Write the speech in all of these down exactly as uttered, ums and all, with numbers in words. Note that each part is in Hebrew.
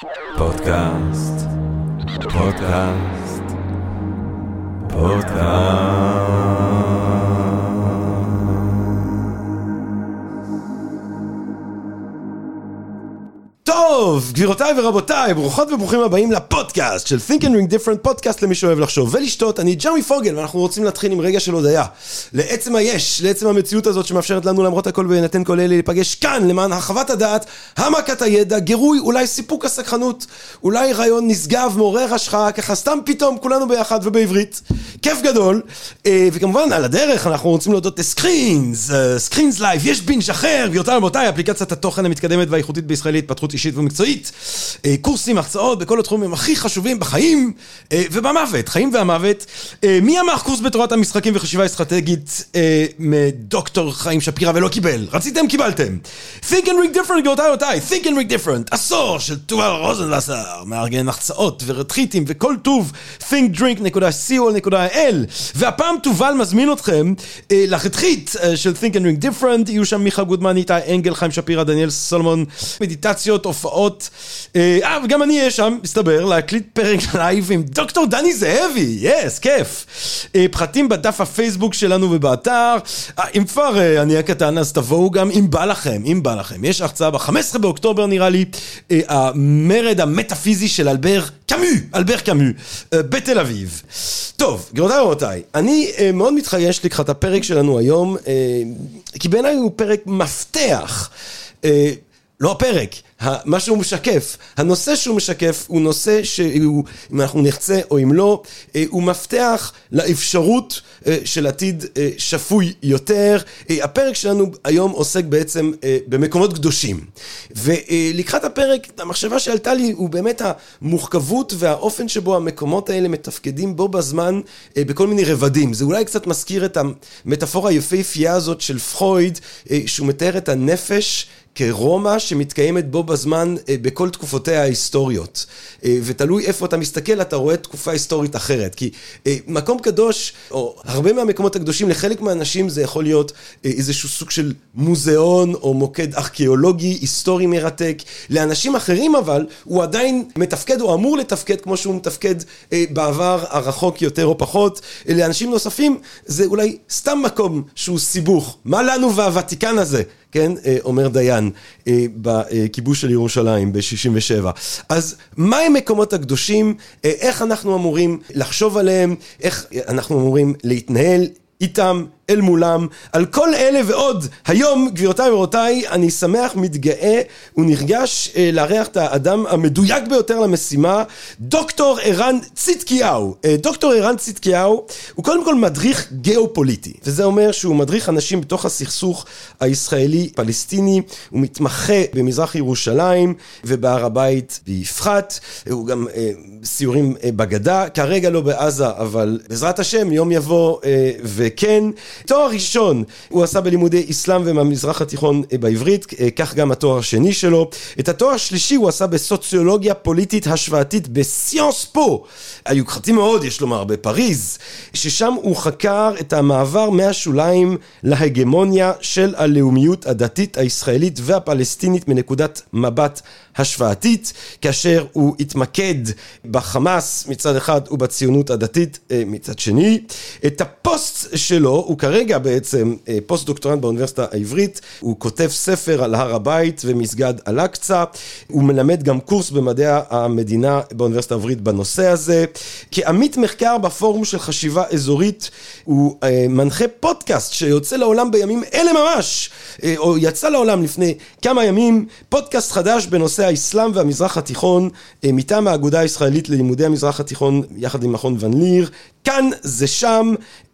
פודקאסט, פודקאסט, פודקאסט. טוב, גבירותיי ורבותיי, ברוכות וברוכים הבאים לפודקאסט של Think and Ring Different, פודקאסט למי שאוהב לחשוב ולשתות. אני ג'רמי פוגל, ואנחנו רוצים להתחיל עם רגע של הודעה לעצם היש, לעצם המציאות הזאת שמאפשרת לנו למרות הכל ונתן כל אלה להיפגש כאן למען הרחבת הדעת, העמקת הידע, גירוי, אולי סיפוק הסקרנות, אולי רעיון נשגב, מעורר השחאה, ככה סתם פתאום כולנו ביחד ובעברית, כיף גדול. וכמובן על הדרך אנחנו רוצים להודות לסקרינס, סקרינס לייב, יש בינג' אחר, גבירותיי ורבותיי, אפליקציית התוכן המתקדמת והאיכותית בישראל להתפתחות אישית ומקצועית, קורסים, הרצאות בכל התחומים הכי חשובים בחיים ובמוות, חיים והמוות. מי אמר קורס בתורת המשחקים וחשיבה אסטרטגית מדוקטור חיים שפירא ולא קיבל? רציתם, קיבלתם. Think and Ring Different, גבירותיי ורבותיי, Think and Ring Different, עשור של תובל רוזנווסר, מארגן הרצאות ורטריטים וכל טוב, think drink דוט סי או אל דוט איי, והפעם תובל מזמין אתכם לרטריט של Think and Ring Different. יהיו שם מיכה גודמן, איתי אנגל, חיים שפירא, דניאל סולומון, מדיטציות, הופעות, אה, וגם אני אהיה שם, מסתבר, להקליט פרק לייב עם דוקטור דני זהבי, יס, כיף. אה, פחתים בדף הפייסבוק שלנו ובאתר, אה, אם כבר אה, אני הקטן, אז תבואו גם אם בא לכם, אם בא לכם. יש הרצאה ב-חמישה עשר באוקטובר נראה לי, אה, המרד המטאפיזי של אלבר קאמו, אלבר קאמו, אה, בתל אביב. טוב, גבירותיי ורבותיי, אני אה, מאוד מתחייש לקחת הפרק שלנו היום, אה, כי בעיניי הוא פרק מפתח, אה, לא הפרק, מה שהוא משקף, הנושא שהוא משקף הוא נושא שהוא, אם אנחנו נחצה או אם לא, הוא מפתח לאפשרות של עתיד שפוי יותר. הפרק שלנו היום עוסק בעצם במקומות קדושים, ולקחת הפרק, המחשבה שעלתה לי הוא באמת המורכבות והאופן שבו המקומות האלה מתפקדים בו בזמן בכל מיני רבדים. זה אולי קצת מזכיר את המטאפורה היפהפייה הזאת של פרויד, שהוא מתאר את הנפש כרומא שמתקיימת בו בזמן בכל תקופותיה ההיסטוריות, ותלוי איפה אתה מסתכל אתה רואה תקופה היסטורית אחרת, כי מקום קדוש או הרבה מהמקומות הקדושים לחלק מהאנשים זה יכול להיות איזשהו סוג של מוזיאון או מוקד ארכיאולוגי היסטורי מרתק. לאנשים אחרים אבל הוא עדיין מתפקד או אמור לתפקד כמו שהוא מתפקד בעבר הרחוק יותר או פחות. לאנשים נוספים זה אולי סתם מקום שהוא סיבוך, מה לנו והוותיקן הזה, כן, אומר דיין, בכיבוש של ירושלים ב-שישים ושבע. אז מה הם מקומות הקדושים? איך אנחנו אמורים לחשוב עליהם? איך אנחנו אמורים להתנהל איתם, אל מולם? על כל אלה ועוד, היום, גבירותיי ורבותיי, אני שמח, מתגאה ונרגש לארח את האדם המדויק ביותר למשימה, דוקטור ערן צדקיהו. דוקטור ערן צדקיהו הוא קודם כל מדריך גיאופוליטי, וזה אומר שהוא מדריך אנשים בתוך הסכסוך הישראלי-פלסטיני, הוא מתמחה במזרח ירושלים ובהר הבית בפחת, הוא גם סיורים בגדה, כרגע לא בעזה, אבל בעזרת השם יום יבוא וכן. תואר ראשון הוא עשה בלימודי אסלאם ומהמזרח התיכון בעברית, כך גם התואר השני שלו. את התואר השלישי הוא עשה בסוציולוגיה פוליטית השוואתית בסיאנס פו, היוקרתי מאוד יש לומר, בפריז, ששם הוא חקר את המעבר מהשוליים להגמוניה של הלאומיות הדתית הישראלית והפלסטינית מנקודת מבט השוואתית, כאשר הוא התמקד בחמאס מצד אחד ובציונות הדתית מצד שני. את הפוסט שלו, הוא כרגע בעצם פוסט דוקטורנט באוניברסיטה העברית, הוא כותב ספר על הר הבית ומסגד אל-אקצא, הוא מלמד גם קורס במדעי המדינה באוניברסיטה העברית בנושא הזה, כעמית מחקר בפורום של חשיבה אזורית, הוא מנחה פודקאסט שיוצא לעולם בימים אלה ממש, או יצא לעולם לפני כמה ימים, פודקאסט חדש בנושא האסלאם והמזרח התיכון, מטעם האגודה הישראלית ללימודי המזרח התיכון, יחד עם מכון ון ליר. כאן זה שם,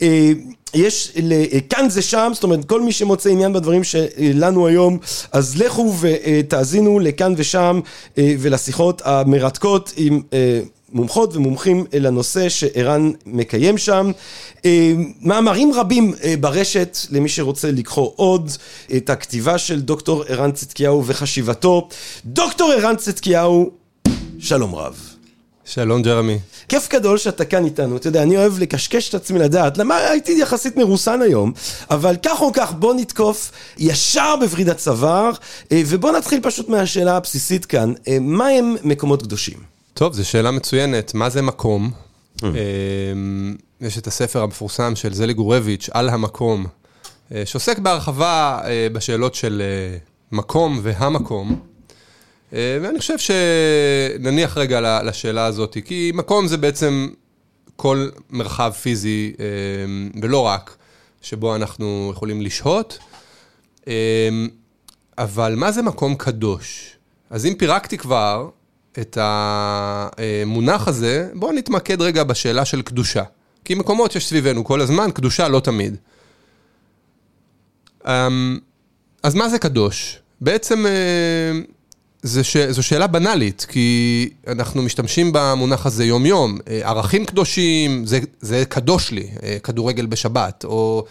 יש כאן זה שם, זאת אומרת כל מי שמוצא עניין בדברים שלנו היום, אז לכו ותאזינו לכאן ושם ולשיחות המרתקות עם מומחות ומומחים לנושא שערן מקיים שם. מאמרים רבים ברשת למי שרוצה לקרוא עוד את הכתיבה של דוקטור ערן צדקיהו וחשיבתו. דוקטור ערן צדקיהו, שלום רב. שלום ג'רמי. כיף גדול שאתה כאן איתנו, אתה יודע, אני אוהב לקשקש את עצמי לדעת, למה הייתי יחסית מרוסן היום, אבל כך או כך בוא נתקוף ישר בברידת צוואר, ובוא נתחיל פשוט מהשאלה הבסיסית כאן, מה הם מקומות קדושים? טוב, זו שאלה מצוינת, מה זה מקום? יש את הספר המפורסם של זלי גורביץ' על המקום, שעוסק בהרחבה בשאלות של מקום והמקום, ואני חושב שנניח רגע לשאלה הזאת, כי מקום זה בעצם כל מרחב פיזי, ולא רק, שבו אנחנו יכולים לשהות, אבל מה זה מקום קדוש? אז אם פירקתי כבר את המונח הזה, בואו נתמקד רגע בשאלה של קדושה. כי מקומות יש סביבנו כל הזמן, קדושה לא תמיד. אז מה זה קדוש? בעצם זו, ש... זו שאלה בנאלית, כי אנחנו משתמשים במונח הזה יום יום. ערכים קדושים, זה, זה קדוש לי, כדורגל בשבת, או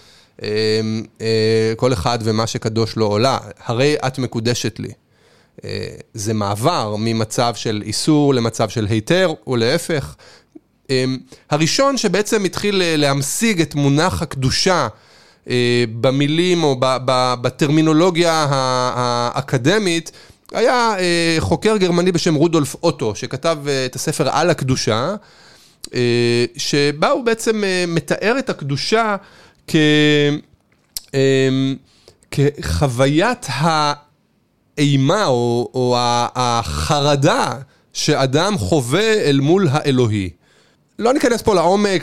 כל אחד ומה שקדוש לו עולה, הרי את מקודשת לי. זה מעבר ממצב של איסור למצב של היתר, או להפך. הראשון שבעצם התחיל להמשיג את מונח הקדושה, במילים או בטרמינולוגיה האקדמית, היה חוקר גרמני בשם רודולף אוטו, שכתב את הספר על הקדושה, שבה הוא בעצם מתאר את הקדושה כ... כחוויית האימה או, או החרדה שאדם חווה אל מול האלוהי. לא ניכנס פה לעומק,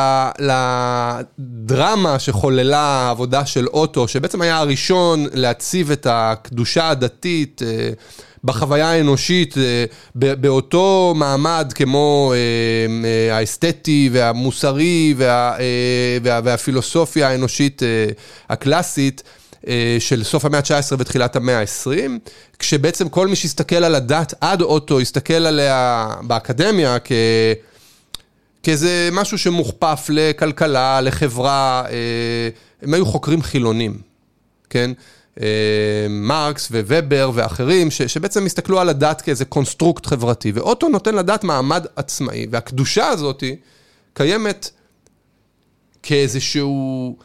לדרמה שחוללה העבודה של אוטו, שבעצם היה הראשון להציב את הקדושה הדתית בחוויה האנושית, באותו מעמד כמו האסתטי והמוסרי והפילוסופיה האנושית הקלאסית, של סוף המאה ה-תשע עשרה ותחילת המאה ה-עשרים, כשבעצם כל מי שהסתכל על הדת עד אוטו, הסתכל עליה באקדמיה כ... כאיזה משהו שמוכפף לכלכלה, לחברה, הם היו חוקרים חילונים, כן? מרקס וובר ואחרים, שבעצם הסתכלו על הדת כאיזה קונסטרוקט חברתי, ואוטו נותן לדת מעמד עצמאי, והקדושה הזאת קיימת כאיזשהו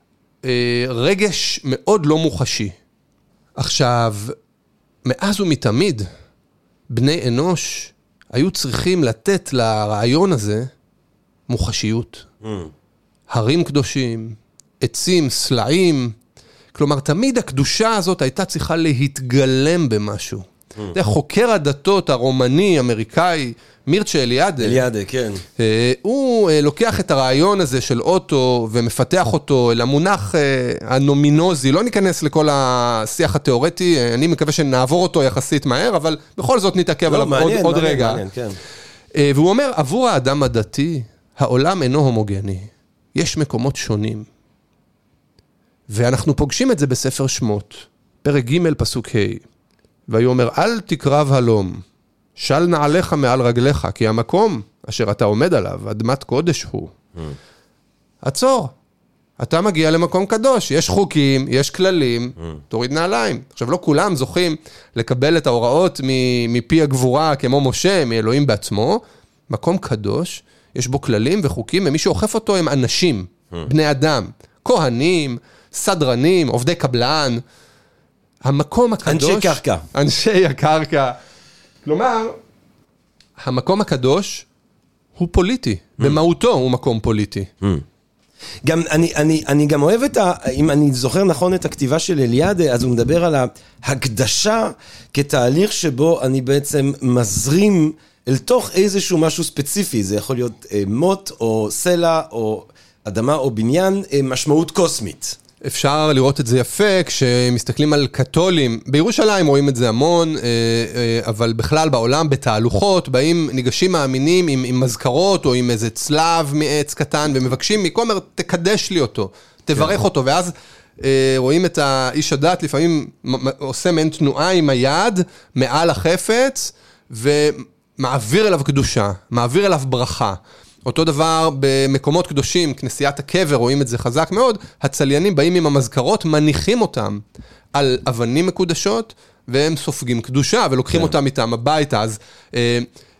רגש מאוד לא מוחשי. עכשיו, מאז ומתמיד, בני אנוש היו צריכים לתת לרעיון הזה מוחשיות. Mm. הרים קדושים, עצים, סלעים, כלומר, תמיד הקדושה הזאת הייתה צריכה להתגלם במשהו. Mm. זה חוקר הדתות הרומני, אמריקאי, מירצ'ה אליאדה. אליאדה, כן. הוא לוקח את הרעיון הזה של אוטו ומפתח אותו למונח הנומינוזי, לא ניכנס לכל השיח התיאורטי, אני מקווה שנעבור אותו יחסית מהר, אבל בכל זאת נתעכב עליו עוד, עוד מעניין, רגע. מעניין, כן. והוא אומר, עבור האדם הדתי, העולם אינו הומוגני. יש מקומות שונים. ואנחנו פוגשים את זה בספר שמות, פרק ג' פסוק ה'. והוא אומר, אל תקרב הלום, של נעליך מעל רגליך, כי המקום אשר אתה עומד עליו, אדמת קודש הוא. Mm. עצור. אתה מגיע למקום קדוש, יש חוקים, יש כללים, mm. תוריד נעליים. עכשיו, לא כולם זוכים לקבל את ההוראות מפי הגבורה, כמו משה, מאלוהים בעצמו. מקום קדוש, יש בו כללים וחוקים, ומי שאוכף אותו הם אנשים, mm. בני אדם, כהנים, סדרנים, עובדי קבלן. המקום הקדוש... אנשי קרקע. אנשי הקרקע. כלומר, המקום הקדוש הוא פוליטי, mm. במהותו הוא מקום פוליטי. Mm. גם, אני, אני, אני גם אוהב את ה... אם אני זוכר נכון את הכתיבה של אליאדה, אז הוא מדבר על ההקדשה כתהליך שבו אני בעצם מזרים אל תוך איזשהו משהו ספציפי. זה יכול להיות מות או סלע או אדמה או בניין, משמעות קוסמית. אפשר לראות את זה יפה כשמסתכלים על קתולים. בירושלים רואים את זה המון, אבל בכלל בעולם בתהלוכות, באים ניגשים מאמינים עם, עם מזכרות או עם איזה צלב מעץ קטן, ומבקשים מכומר, תקדש לי אותו, תברך אותו, ואז רואים את האיש הדת, לפעמים עושה מעין תנועה עם היד מעל החפץ, ומעביר אליו קדושה, מעביר אליו ברכה. אותו דבר במקומות קדושים, כנסיית הקבר, רואים את זה חזק מאוד, הצליינים באים עם המזכרות, מניחים אותם על אבנים מקודשות, והם סופגים קדושה, ולוקחים אותם איתם הביתה. אז אה,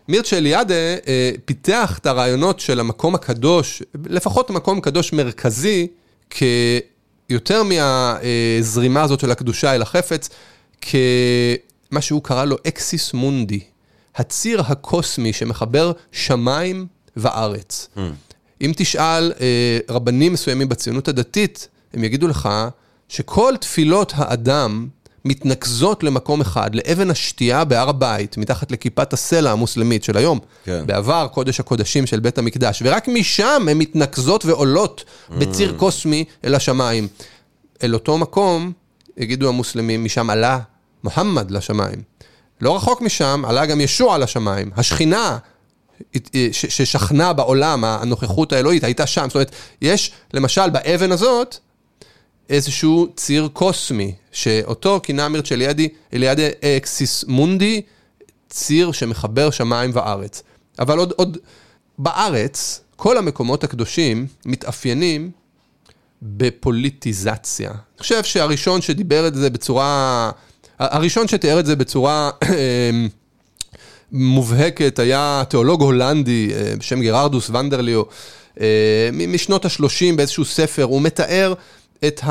מירצ'ה אליאדה אה, פיתח את הרעיונות של המקום הקדוש, לפחות מקום קדוש מרכזי, כיותר מהזרימה הזאת של הקדושה אל החפץ, כמה שהוא קרא לו אקסיס מונדי, הציר הקוסמי שמחבר שמיים וארץ. Hmm. אם תשאל אה, רבנים מסוימים בציונות הדתית, הם יגידו לך שכל תפילות האדם מתנקזות למקום אחד, לאבן השתייה בהר הבית, מתחת לכיפת הסלע המוסלמית של היום, כן. בעבר קודש הקודשים של בית המקדש, ורק משם הן מתנקזות ועולות mm. בציר קוסמי אל השמיים. אל אותו מקום, יגידו המוסלמים, משם עלה מוחמד לשמיים. לא רחוק משם, עלה גם ישוע לשמיים. השכינה ששכנה בעולם, הנוכחות האלוהית, הייתה שם. זאת אומרת, יש למשל באבן הזאת, איזשהו ציר קוסמי, שאותו כינה מירצ'ה אליאדה, אליאדה אקסיס מונדי, ציר שמחבר שמיים וארץ. אבל עוד, עוד בארץ, כל המקומות הקדושים מתאפיינים בפוליטיזציה. אני חושב שהראשון שדיבר את זה בצורה, הראשון שתיאר את זה בצורה מובהקת, היה תיאולוג הולנדי בשם גררדוס ונדרליו, משנות ה-שלושים באיזשהו ספר, הוא מתאר את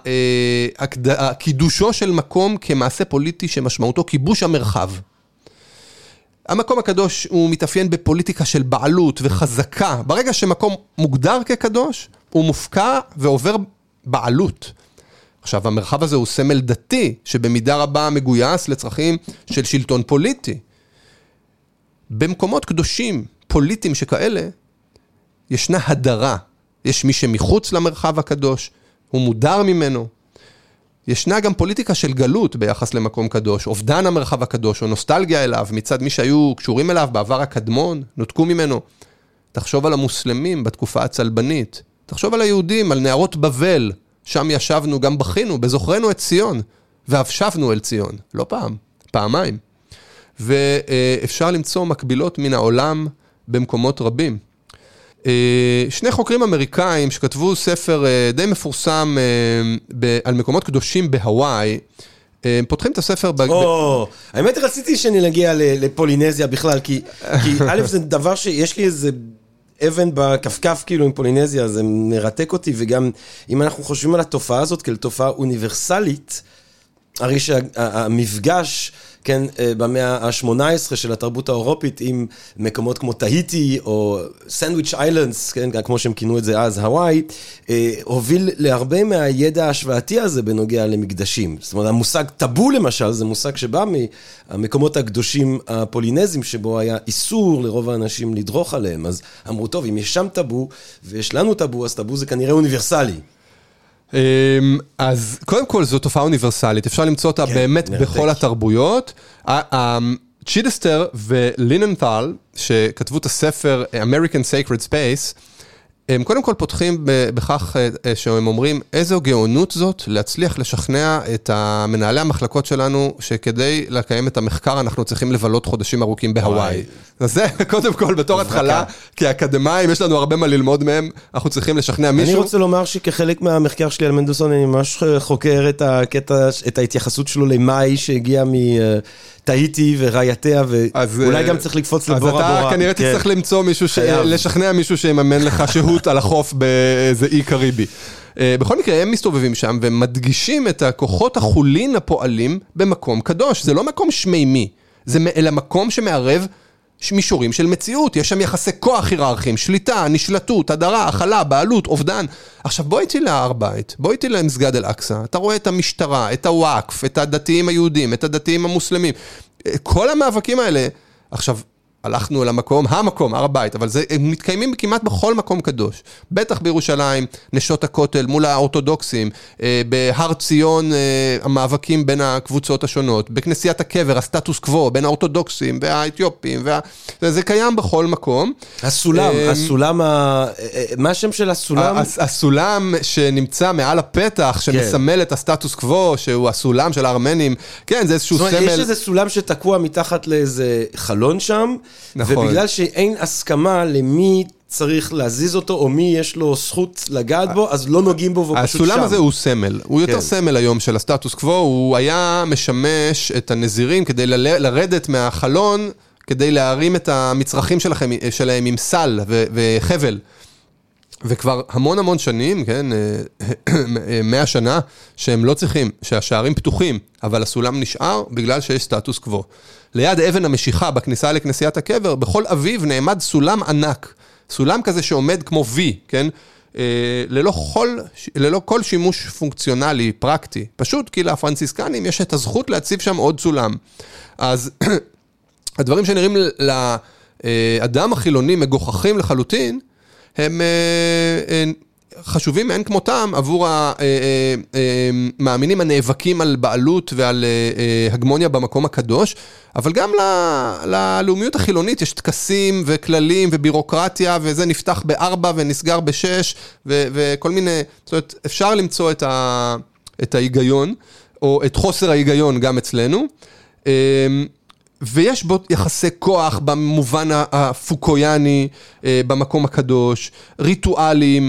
הקידושו של מקום כמעשה פוליטי שמשמעותו כיבוש המרחב. המקום הקדוש הוא מתאפיין בפוליטיקה של בעלות וחזקה. ברגע שמקום מוגדר כקדוש, הוא מופקע ועובר בעלות. עכשיו, המרחב הזה הוא סמל דתי, שבמידה רבה מגויס לצרכים של שלטון פוליטי. במקומות קדושים, פוליטיים שכאלה, ישנה הדרה. יש מי שמחוץ למרחב הקדוש, הוא מודר ממנו. ישנה גם פוליטיקה של גלות ביחס למקום קדוש, אובדן המרחב הקדוש, או נוסטלגיה אליו, מצד מי שהיו קשורים אליו בעבר הקדמון, נותקו ממנו. תחשוב על המוסלמים בתקופה הצלבנית, תחשוב על היהודים, על נערות בבל, שם ישבנו, גם בכינו, בזוכרנו את ציון, ואף שבנו אל ציון, לא פעם, פעמיים. ואפשר למצוא מקבילות מן העולם במקומות רבים. שני חוקרים אמריקאים שכתבו ספר די מפורסם על מקומות קדושים בהוואי, פותחים את הספר... או, האמת רציתי שאני נגיע לפולינזיה בכלל, כי א' זה דבר שיש לי איזה אבן בכפכף כאילו עם פולינזיה, זה מרתק אותי, וגם אם אנחנו חושבים על התופעה הזאת כאל תופעה אוניברסלית, הרי שהמפגש, כן, במאה ה-שמונה עשרה של התרבות האירופית עם מקומות כמו טהיטי או סנדוויץ' איילנדס, כן, כמו שהם כינו את זה אז, הוואי, הוביל להרבה מהידע ההשוואתי הזה בנוגע למקדשים. זאת אומרת, המושג טאבו למשל, זה מושג שבא מהמקומות הקדושים הפולינזיים, שבו היה איסור לרוב האנשים לדרוך עליהם. אז אמרו, טוב, אם יש שם טאבו ויש לנו טאבו, אז טאבו זה כנראה אוניברסלי. אז קודם כל זו תופעה אוניברסלית, אפשר למצוא אותה באמת בכל התרבויות. צ'ידסטר וליננטל, שכתבו את הספר American Sacred Space, הם קודם כל פותחים בכך שהם אומרים, איזו גאונות זאת להצליח לשכנע את המנהלי המחלקות שלנו, שכדי לקיים את המחקר אנחנו צריכים לבלות חודשים ארוכים בהוואי. אז זה קודם כל בתור התחלה, כי האקדמיים יש לנו הרבה מה ללמוד מהם, אנחנו צריכים לשכנע מישהו. אני רוצה לומר שכחלק מהמחקר שלי על מנדלסון, אני ממש חוקר את הקטע, את ההתייחסות שלו למאי שהגיע מ... טעיתי ורעייתיה, ואולי גם צריך לקפוץ לבורה בורה. אז אתה כנראה תצטרך למצוא מישהו, לשכנע מישהו שיממן לך שהות על החוף באיזה אי קריבי. בכל מקרה, הם מסתובבים שם ומדגישים את הכוחות החולין הפועלים במקום קדוש. זה לא מקום שמימי, זה אלא מקום שמערב מישורים של מציאות. יש שם יחסי כוח היררכיים, שליטה, נשלטות, הדרה, החלה, בעלות, אובדן. עכשיו בוא איתי להר בית, בוא איתי למסגד אל-אקצא. אתה רואה את המשטרה, את הוואקף, את הדתיים היהודים, את הדתיים המוסלמים. כל המאבקים האלה, עכשיו הלכנו אל המקום, המקום, הר הבית, אבל זה, הם מתקיימים כמעט בכל מקום קדוש. בטח בירושלים, נשות הכותל, מול האורתודוקסים, בהר ציון, המאבקים בין הקבוצות השונות, בכנסיית הקבר, הסטטוס קוו, בין האורתודוקסים והאתיופים, וה... זה קיים בכל מקום. הסולם, הסולם, מה השם של הסולם? הסולם שנמצא מעל הפתח, שמסמל את הסטטוס קוו, שהוא הסולם של הארמנים. כן, זה איזשהו סמל. יש איזה סולם שתקוע מתחת לאיזה חלון שם, נכון. ובגלל שאין הסכמה למי צריך להזיז אותו, או מי יש לו זכות לגעת בו, אז לא נוגעים בו, והוא פשוט שם. הסולם הזה הוא סמל, הוא יותר סמל היום של הסטטוס קוו, הוא היה משמש את הנזירים כדי לרדת מהחלון, כדי להרים את המצרכים שלכם, שלהם עם סל ו- וחבל. וכבר המון המון שנים, כן, מאה שנה, שהם לא צריכים, שהשערים פתוחים, אבל הסולם נשאר בגלל שיש סטטוס קוו. ליד אבן המשיכה בכניסה לכנסיית הקבר, בכל אביב נעמד סולם ענק. סולם כזה שעומד כמו V, כן? ללא כל, ללא כל שימוש פונקציונלי, פרקטי. פשוט כי לפרנציסקנים יש את הזכות להציב שם עוד סולם. אז הדברים שנראים לאדם החילוני מגוחכים לחלוטין, הם חשובים מאין כמותם עבור המאמינים הנאבקים על בעלות ועל הגמוניה במקום הקדוש, אבל גם ללאומיות החילונית יש תקסים וכללים ובירוקרטיה, וזה נפתח בארבע ונסגר בשש, וכל מיני, זאת אומרת, אפשר למצוא את ההיגיון, או את חוסר ההיגיון גם אצלנו, ויש בו יחסי כוח במובן הפוקויאני, במקום הקדוש, ריטואלים,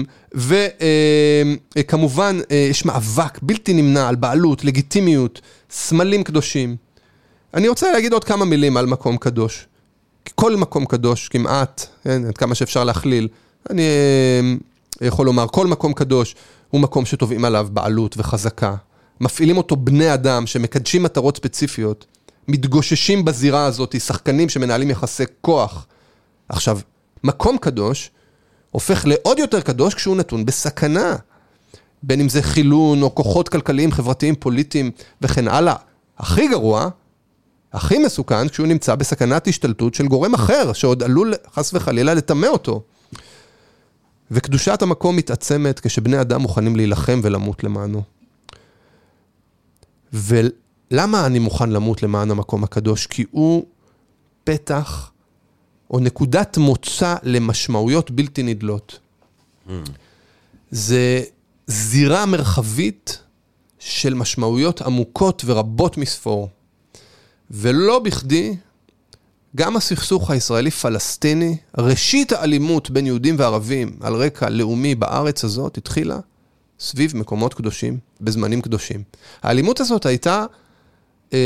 וכמובן יש מאבק בלתי נמנע על בעלות, לגיטימיות, סמלים קדושים. אני רוצה להגיד עוד כמה מילים על מקום קדוש. כל מקום קדוש כמעט, כן, עד כמה שאפשר להכליל, אני יכול לומר, כל מקום קדוש הוא מקום שטובים עליו בעלות וחזקה. מפעילים אותו בני אדם שמקדשים מטרות ספציפיות, מתגוששים בזירה הזאת, שחקנים שמנהלים יחסי כוח. עכשיו, מקום קדוש הופך לעוד יותר קדוש כשהוא נתון בסכנה. בין אם זה חילון או כוחות כלכליים, חברתיים, פוליטיים וכן הלאה. הכי גרוע, הכי מסוכן, כשהוא נמצא בסכנת השתלטות של גורם אחר, שעוד עלול חס וחלילה לטמא אותו. וקדושת המקום מתעצמת כשבני אדם מוכנים להילחם ולמות למענו. ולמה אני מוכן למות למען המקום הקדוש? כי הוא פתח או נקודת מוצא למשמעויות בלתי נדלות. Mm. זה זירה מרחבית של משמעויות עמוקות ורבות מספור. ולא בכדי, גם הסכסוך הישראלי-פלסטיני, ראשית האלימות בין יהודים וערבים על רקע לאומי בארץ הזאת התחילה סביב מקומות קדושים, בזמנים קדושים. האלימות הזאת הייתה, אה,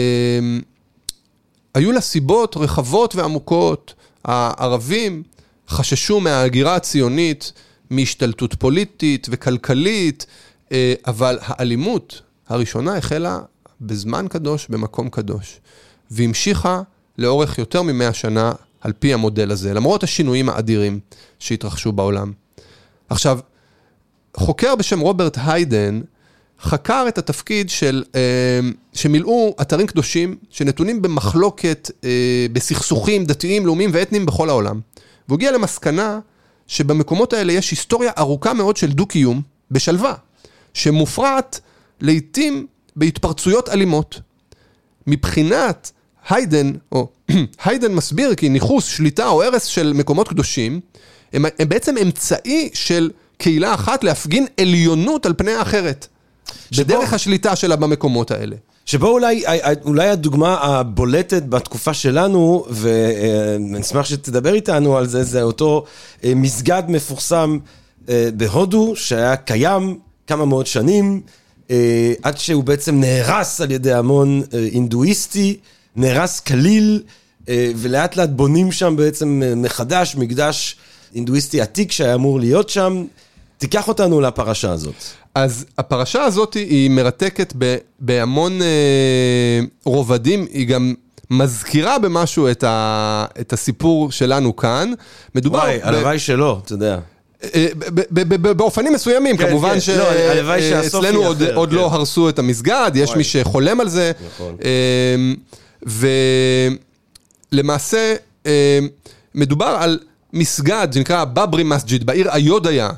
היו לה סיבות רחבות ועמוקות. הערבים חששו מההגירה הציונית, מהשתלטות פוליטית וכלכלית, אה, אבל האלימות הראשונה החלה בזמן קדוש, במקום קדוש. והמשיכה לאורך יותר ממאה שנה על פי המודל הזה, למרות השינויים האדירים שהתרחשו בעולם. עכשיו, חוקר בשם רוברט היידן חקר את התפקיד של, שמילאו אתרים קדושים שנתונים במחלוקת, בסכסוכים דתיים, לאומיים ואתניים בכל העולם. והוא הגיע למסקנה שבמקומות האלה יש היסטוריה ארוכה מאוד של דו-קיום בשלווה, שמופרעת לעתים בהתפרצויות אלימות. מבחינת היידן, או היידן מסביר כי ניחוס, שליטה או הרס של מקומות קדושים, הם, הם בעצם אמצעי של קהילה אחת להפגין עליונות על פני האחרת, שבו, בדרך השליטה שלה במקומות האלה. שבו אולי, אולי הדוגמה הבולטת בתקופה שלנו, ונשמח שתדבר איתנו על זה, זה אותו מסגד מפורסם בהודו, שהיה קיים כמה מאות שנים, עד שהוא בעצם נהרס על ידי המון אינדואיסטי, נהרס כליל, ולאט לאט בונים שם בעצם מחדש, מקדש אינדואיסטי עתיק שהיה אמור להיות שם. תיקח אותנו לפרשה הזאת. אז הפרשה הזאת היא מרתקת בהמון רובדים, היא גם מזכירה במשהו את, ה, את הסיפור שלנו כאן. מדובר... וואי, הלוואי שלא, אתה יודע. באופנים מסוימים, כמובן שאצלנו עוד לא הרסו את המסגד, יש מי שחולם על זה, ולמעשה מדובר על מסגד, זה נקרא בברי מסג'יד, בעיר איודיה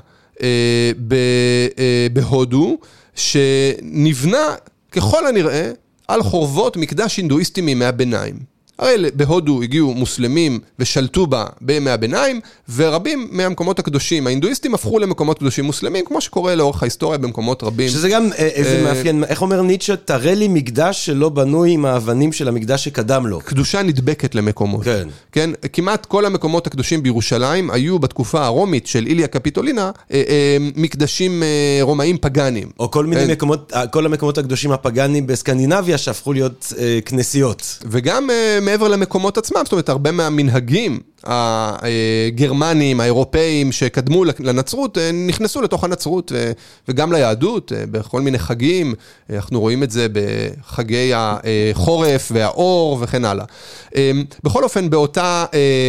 בהודו, שנבנה ככל הנראה על חורבות מקדש הינדואיסטי מימי הביניים. הרי בהודו הגיעו מוסלמים ושלטו בה בימי הביניים, ורבים מהמקומות הקדושים, האינדואיסטים הפכו למקומות קדושים מוסלמים, כמו שקורה לאורך ההיסטוריה במקומות רבים. שזה גם איזה מאפיין, איך אומר ניטשה, תראה לי מקדש שלא בנוי עם האבנים של המקדש שקדם לו. קדושה נדבקת למקומות. כן. כן, כמעט כל המקומות הקדושים בירושלים היו בתקופה הרומית של איליה קפיטולינה, מקדשים רומאים פגאנים. או כל מיני מקומות, כל המקומות הקדושים הפגאנים בסקנדינביה שהפכו להיות כנסיות. וגם מעבר למקומות עצמם, זאת אומרת, הרבה מהמנהגים הגרמנים, האירופאים שקדמו לנצרות, נכנסו לתוך הנצרות וגם ליהדות, בכל מיני חגים, אנחנו רואים את זה בחגי החורף והאור וכן הלאה. בכל אופן, באותה...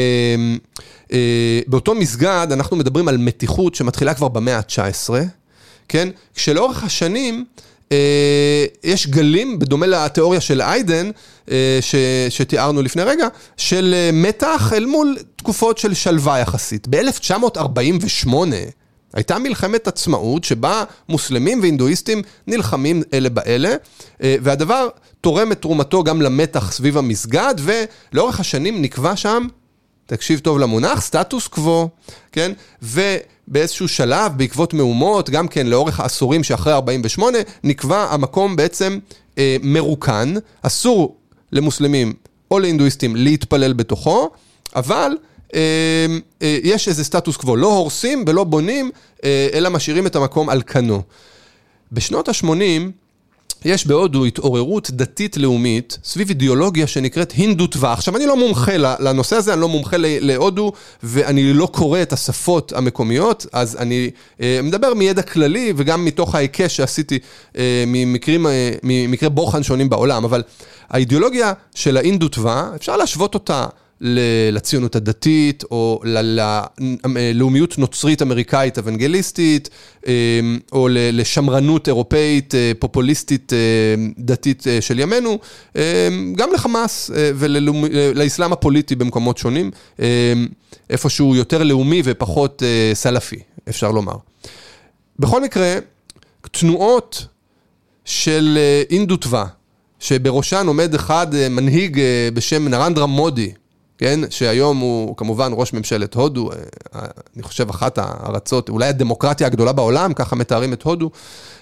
באותו מסגד אנחנו מדברים על מתיחות שמתחילה כבר במאה ה-תשע עשרה, כן? כשלאורך השנים יש גלים, בדומה לתיאוריה של איידן, ש, שתיארנו לפני רגע, של מתח אל מול תקופות של שלווה יחסית. ב-אלף תשע מאות ארבעים ושמונה הייתה מלחמת עצמאות שבה מוסלמים ואינדואיסטים נלחמים אלה באלה, והדבר תורם את תרומתו גם למתח סביב המסגד, ולאורך השנים נקבע שם, תקשיב טוב למונח, סטטוס קוו, כן? ובאיזשהו שלב, בעקבות מהומות, גם כן לאורך העשורים שאחרי ארבעים ושמונה, נקבע המקום בעצם אה, מרוקן, אסור למוסלמים או לאינדואיסטים להתפלל בתוכו, אבל אה, אה, יש איזה סטטוס קוו, לא הורסים ולא בונים, אה, אלא משאירים את המקום על כנו. בשנות ה-שמונים, יש בהודו התעוררות דתית לאומית סביב אידיאולוגיה שנקראת הינדותווה. עכשיו, אני לא מומחה לנושא הזה, אני לא מומחה להודו, ואני לא קורא את השפות המקומיות, אז אני מדבר מידע כללי, וגם מתוך ההיקש שעשיתי ממקרים, ממקרי בוחן שונים בעולם, אבל האידיאולוגיה של ההינדותווה, אפשר להשוות אותה לציונות הדתית, או ללאומיות נוצרית אמריקאית אוונגליסטית, או לשמרנות אירופאית פופוליסטית דתית של ימינו, גם לחמאס ולאסלאם הפוליטי במקומות שונים, איפשהו יותר לאומי ופחות סלפי, אפשר לומר. בכל מקרה, תנועות של הינדותווה, שבראשן עומד אחד מנהיג בשם נרנדרה מודי, כן, שהיום הוא כמובן ראש ממשלת הודו, אני חושב אחת הארצות, אולי הדמוקרטיה הגדולה בעולם, ככה מתארים את הודו,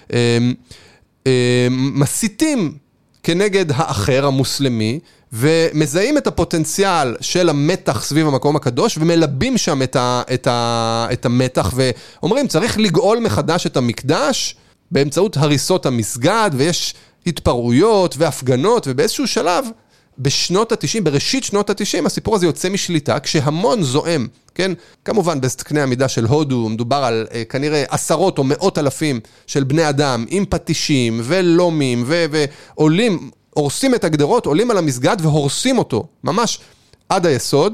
מסיתים כנגד האחר המוסלמי, ומזהים את הפוטנציאל של המתח סביב המקום הקדוש, ומלבים שם את, ה, את, ה, את המתח, ואומרים צריך לגאול מחדש את המקדש, באמצעות הריסות המסגד, ויש התפרעויות והפגנות, ובאיזשהו שלב, בשנות ה-תשעים, בראשית שנות ה-תשעים, הסיפור הזה יוצא משליטה, כשהמון זועם, כן? כמובן, בסתקני המידה של הודו, מדובר על אה, כנראה עשרות או מאות אלפים של בני אדם, עם פטישים ולומים, ו- ועולים, הורסים את הגדרות, עולים על המסגד והורסים אותו, ממש עד היסוד,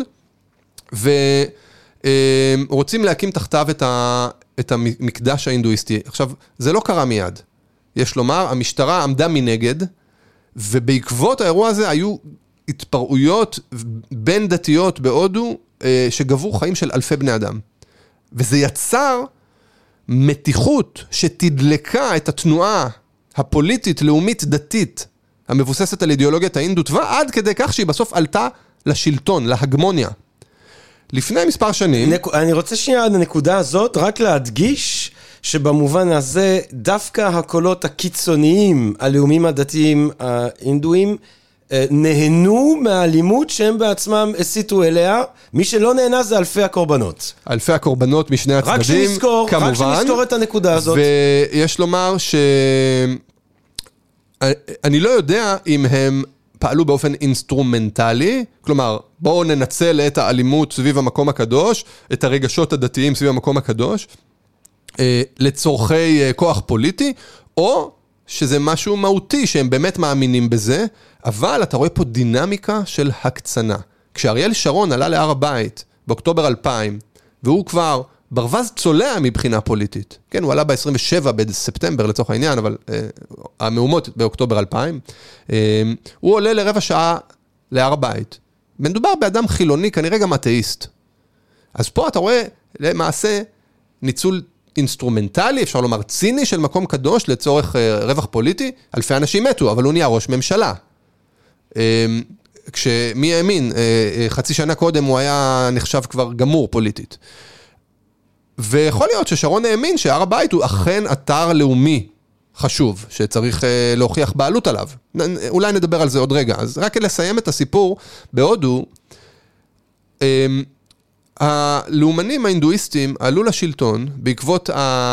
ורוצים להקים תחתיו את, ה- את המקדש האינדואיסטי. עכשיו, זה לא קרה מיד. יש לומר, המשטרה עמדה מנגד, ובעקבות האירוע הזה היו התפרעויות בין דתיות בהודו שגבו חיים של אלפי בני אדם. וזה יצר מתיחות שתדלקה את התנועה הפוליטית, לאומית, דתית, המבוססת על אידיאולוגיית ההינדותווה, עד כדי כך שהיא בסוף עלתה לשלטון, להגמוניה. לפני מספר שנים... אני רוצה שנייה עד הנקודה הזאת, רק להדגיש שבמובן הזה, דווקא הקולות הקיצוניים, הלאומים הדתיים ההינדואים, נהנו מהאלימות שהם בעצמם הסיטו אליה, מי שלא נהנה זה אלפי הקורבנות. אלפי הקורבנות משני הצדדים, רק שנזכור, כמובן. רק שנזכור את הנקודה הזאת. ויש לומר ש... אני לא יודע אם הם פעלו באופן אינסטרומנטלי, כלומר, בואו ננצל את האלימות סביב המקום הקדוש, את הרגשות הדתיים סביב המקום הקדוש, לצורכי כוח פוליטי, או שזה משהו מהותי שהם באמת מאמינים בזה, אבל אתה רואה פה דינמיקה של הקצנה. כשאריאל שרון עלה להר הבית באוקטובר אלפיים, והוא כבר ברווז צולע מבחינה פוליטית, כן, הוא עלה ב-עשרים ושבעה בספטמבר לצורך העניין, אבל אה, המהומות באוקטובר אלפיים, אה, הוא עולה לרבע שעה להר הבית. מדובר באדם חילוני, כנראה גם אתאיסט. אז פה אתה רואה למעשה ניצול אינסטרומנטלי, אפשר לומר ציני של מקום קדוש לצורך אה, רווח פוליטי, אלפי אנשים מתו, אבל הוא נהיה ראש ממשלה. אה, כשמי האמין, אה, אה, חצי שנה קודם הוא היה נחשב כבר גמור פוליטית. ויכול להיות ששרון האמין שהר הבית הוא אכן אתר לאומי חשוב, שצריך אה, להוכיח בעלות עליו. אולי נדבר על זה עוד רגע. אז רק לסיים את הסיפור, בהודו, אה, הלאומנים האינדואיסטים עלו לשלטון בעקבות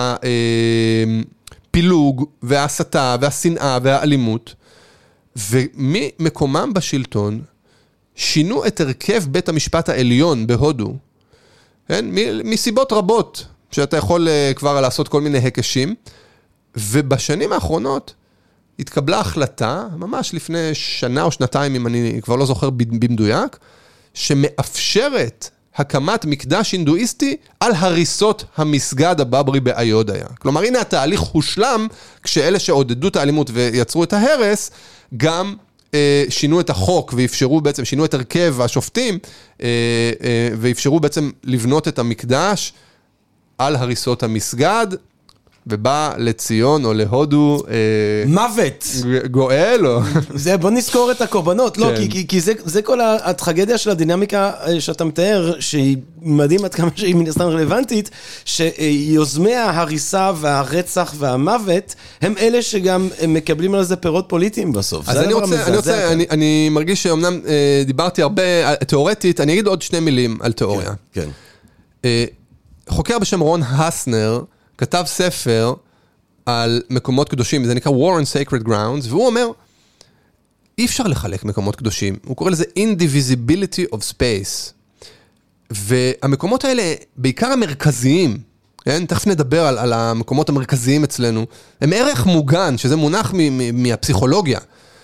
הפילוג וההסתה והשנאה והאלימות, ומקומם בשלטון שינו את הרכב בית המשפט העליון בהודו, כן? מסיבות רבות, שאתה יכול כבר לעשות כל מיני הקשים, ובשנים האחרונות התקבלה החלטה, ממש לפני שנה או שנתיים, אם אני כבר לא זוכר במדויק, שמאפשרת הקמת מקדש הינדואיסטי על הריסות המסגד הבברי באיודיה. כלומר, הנה התהליך הושלם, כשאלה שעודדו את האלימות ויצרו את ההרס, גם אה, שינו את החוק ואפשרו בעצם, שינו את הרכב השופטים, אה, אה, ואפשרו בעצם לבנות את המקדש על הריסות המסגד, ובא לציון או להודו מוות גואל או זה, בוא נזכור את הקורבנות. לא, כי, כי זה, זה כל הטרגדיה של הדינמיקה שאתה מתאר, שהיא מדהים עד כמה שהיא מן הסתם רלוונטית, שיוזמי ההריסה והרצח והמוות הם אלה שגם מקבלים על זה פירות פוליטיים בסוף. אז אני רוצה, אני רוצה, אני, אני מרגיש שאומנם דיברתי הרבה תיאורטית, אני אגיד עוד שני מילים על תיאוריה. כן, כן. חוקר בשם רון הסנר כתב ספר על מקומות קדושים, זה נקרא War on Sacred Grounds, והוא אומר, אי אפשר לחלק מקומות קדושים, הוא קורא לזה Indivisibility of Space, והמקומות האלה, בעיקר המרכזיים, כן? תכף נדבר על, על המקומות המרכזיים אצלנו, הם ערך מוגן, שזה מונח מ, מ, מהפסיכולוגיה,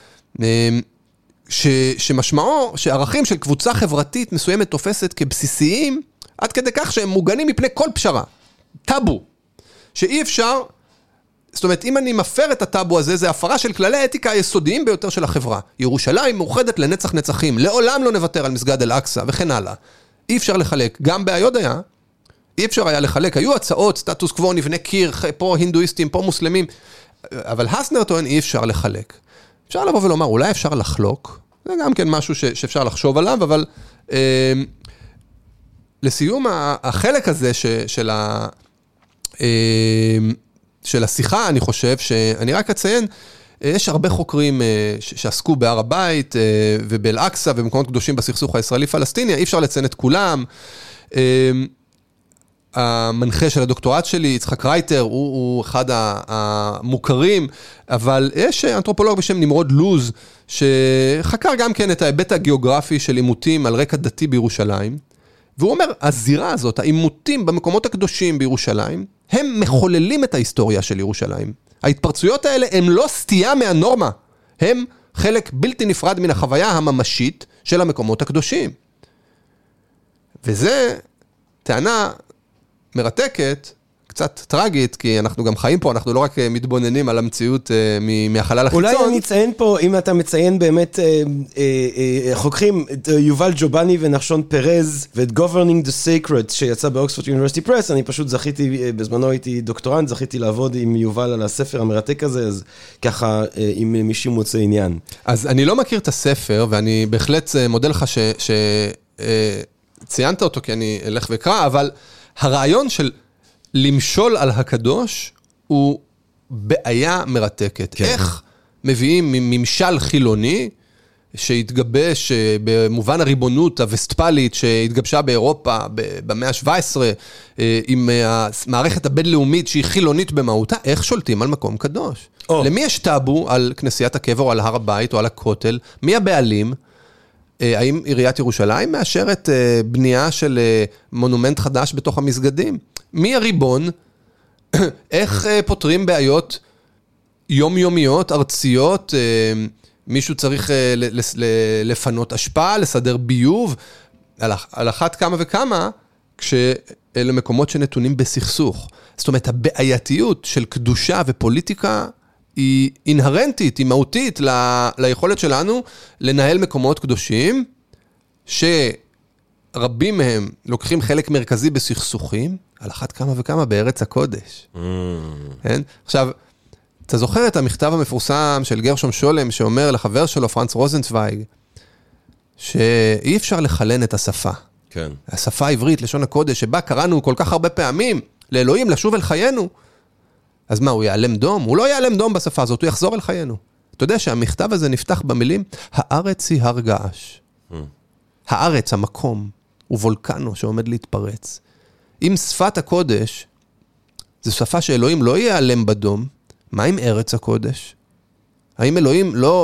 ש, שמשמעו שערכים של קבוצה חברתית מסוימת תופסת כבסיסיים, עד כדי כך שהם מוגנים מפני כל פשרה, טאבו. שאי אפשר, זאת אומרת, אם אני מפר את הטאבו הזה, זה הפרה של כללי האתיקה היסודיים ביותר של החברה. ירושלים מאוחדת לנצח נצחים, לעולם לא נוותר על מסגד אל-אקצא וכן הלאה. אי אפשר לחלק, גם באיודיה, אי אפשר היה לחלק, היו הצעות, סטטוס קוו, נבנה קיר, פה הינדואיסטים, פה מוסלמים, אבל הסנר טוען אי אפשר לחלק. אפשר לבוא ולומר, אולי אפשר לחלוק, זה גם כן משהו ש- שאפשר לחשוב עליו, אבל אה, לסיום החלק הזה ש- של ה... של השיחה, אני חושב שאני רק אציין, יש הרבה חוקרים שעסקו בהר הבית ובאל-אקצא ובמקומות קדושים בסכסוך הישראלי-פלסטיני, אי אפשר לציין את כולם. המנחה של הדוקטורט שלי, יצחק רייטר, הוא, הוא אחד המוכרים, אבל יש אנתרופולוג בשם נמרוד לוז, שחקר גם כן את ההיבט הגיאוגרפי של עימותים על רקע דתי בירושלים, והוא אומר, הזירה הזאת, העימותים במקומות הקדושים בירושלים, הם מחוללים את ההיסטוריה של ירושלים. ההתפרצויות האלה הם לא סטייה מהנורמה, הם חלק בלתי נפרד מן החוויה הממשית של המקומות הקדושים. וזה טענה מרתקת, קצת טרגית, כי אנחנו גם חיים פה, אנחנו לא רק מתבוננים על המציאות מהחלל החיצון. אולי אני אציין פה, אם אתה מציין באמת חוקרים, את יובל ג'ובני ונחשון פרז, ואת Governing the Sacred, שיצא באוקספורד University Press, אני פשוט זכיתי, בזמנו הייתי דוקטורנט, זכיתי לעבוד עם יובל על הספר המרתק הזה, אז ככה, אם מישהו מוצא עניין. אז אני לא מכיר את הספר, ואני בהחלט מודה לך שציינת אותו, כי אני אלך וקרא, אבל הרעיון של למשול על הקדוש הוא בעיה מרתקת. כן. איך מביאים ממשל חילוני שהתגבש במובן הריבונות הווסטפלית שהתגבשה באירופה במאה ה-שבע עשרה עם המערכת הבינלאומית שהיא חילונית במהותה, איך שולטים על מקום קדוש? או. למי יש טאבו על כנסיית הקבר או על הר הבית או על הכותל? מי הבעלים? האם עיריית ירושלים מאשרת בנייה של מונומנט חדש בתוך המסגדים? מי הריבון? איך פותרים בעיות יומיומיות, ארציות? מישהו צריך לפנות השפעה, לסדר ביוב? על אחת כמה וכמה, כשאלה מקומות שנתונים בסכסוך. זאת אומרת, הבעייתיות של קדושה ופוליטיקה היא אינהרנטית, היא מהותית ל- ליכולת שלנו לנהל מקומות קדושים, שרבים מהם לוקחים חלק מרכזי בסכסוכים, על אחת כמה וכמה בארץ הקודש. Mm. כן? עכשיו, אתה זוכר את המכתב המפורסם של גרשום שולם, שאומר לחבר שלו, פרנץ רוזנצוויג, שאי אפשר לחלן את השפה. כן. השפה העברית, לשון הקודש, שבה קראנו כל כך הרבה פעמים, לאלוהים לשוב אל חיינו. אז מה, הוא יעלם דום? הוא לא יעלם דום בשפה הזאת, הוא יחזור אל חיינו. אתה יודע שהמכתב הזה נפתח במילים, הארץ היא הר געש. Mm. הארץ, המקום, הוא וולקנו שעומד להתפרץ. אם שפת הקודש, זו שפה שאלוהים לא יעלם בדום, מה עם ארץ הקודש? האם אלוהים לא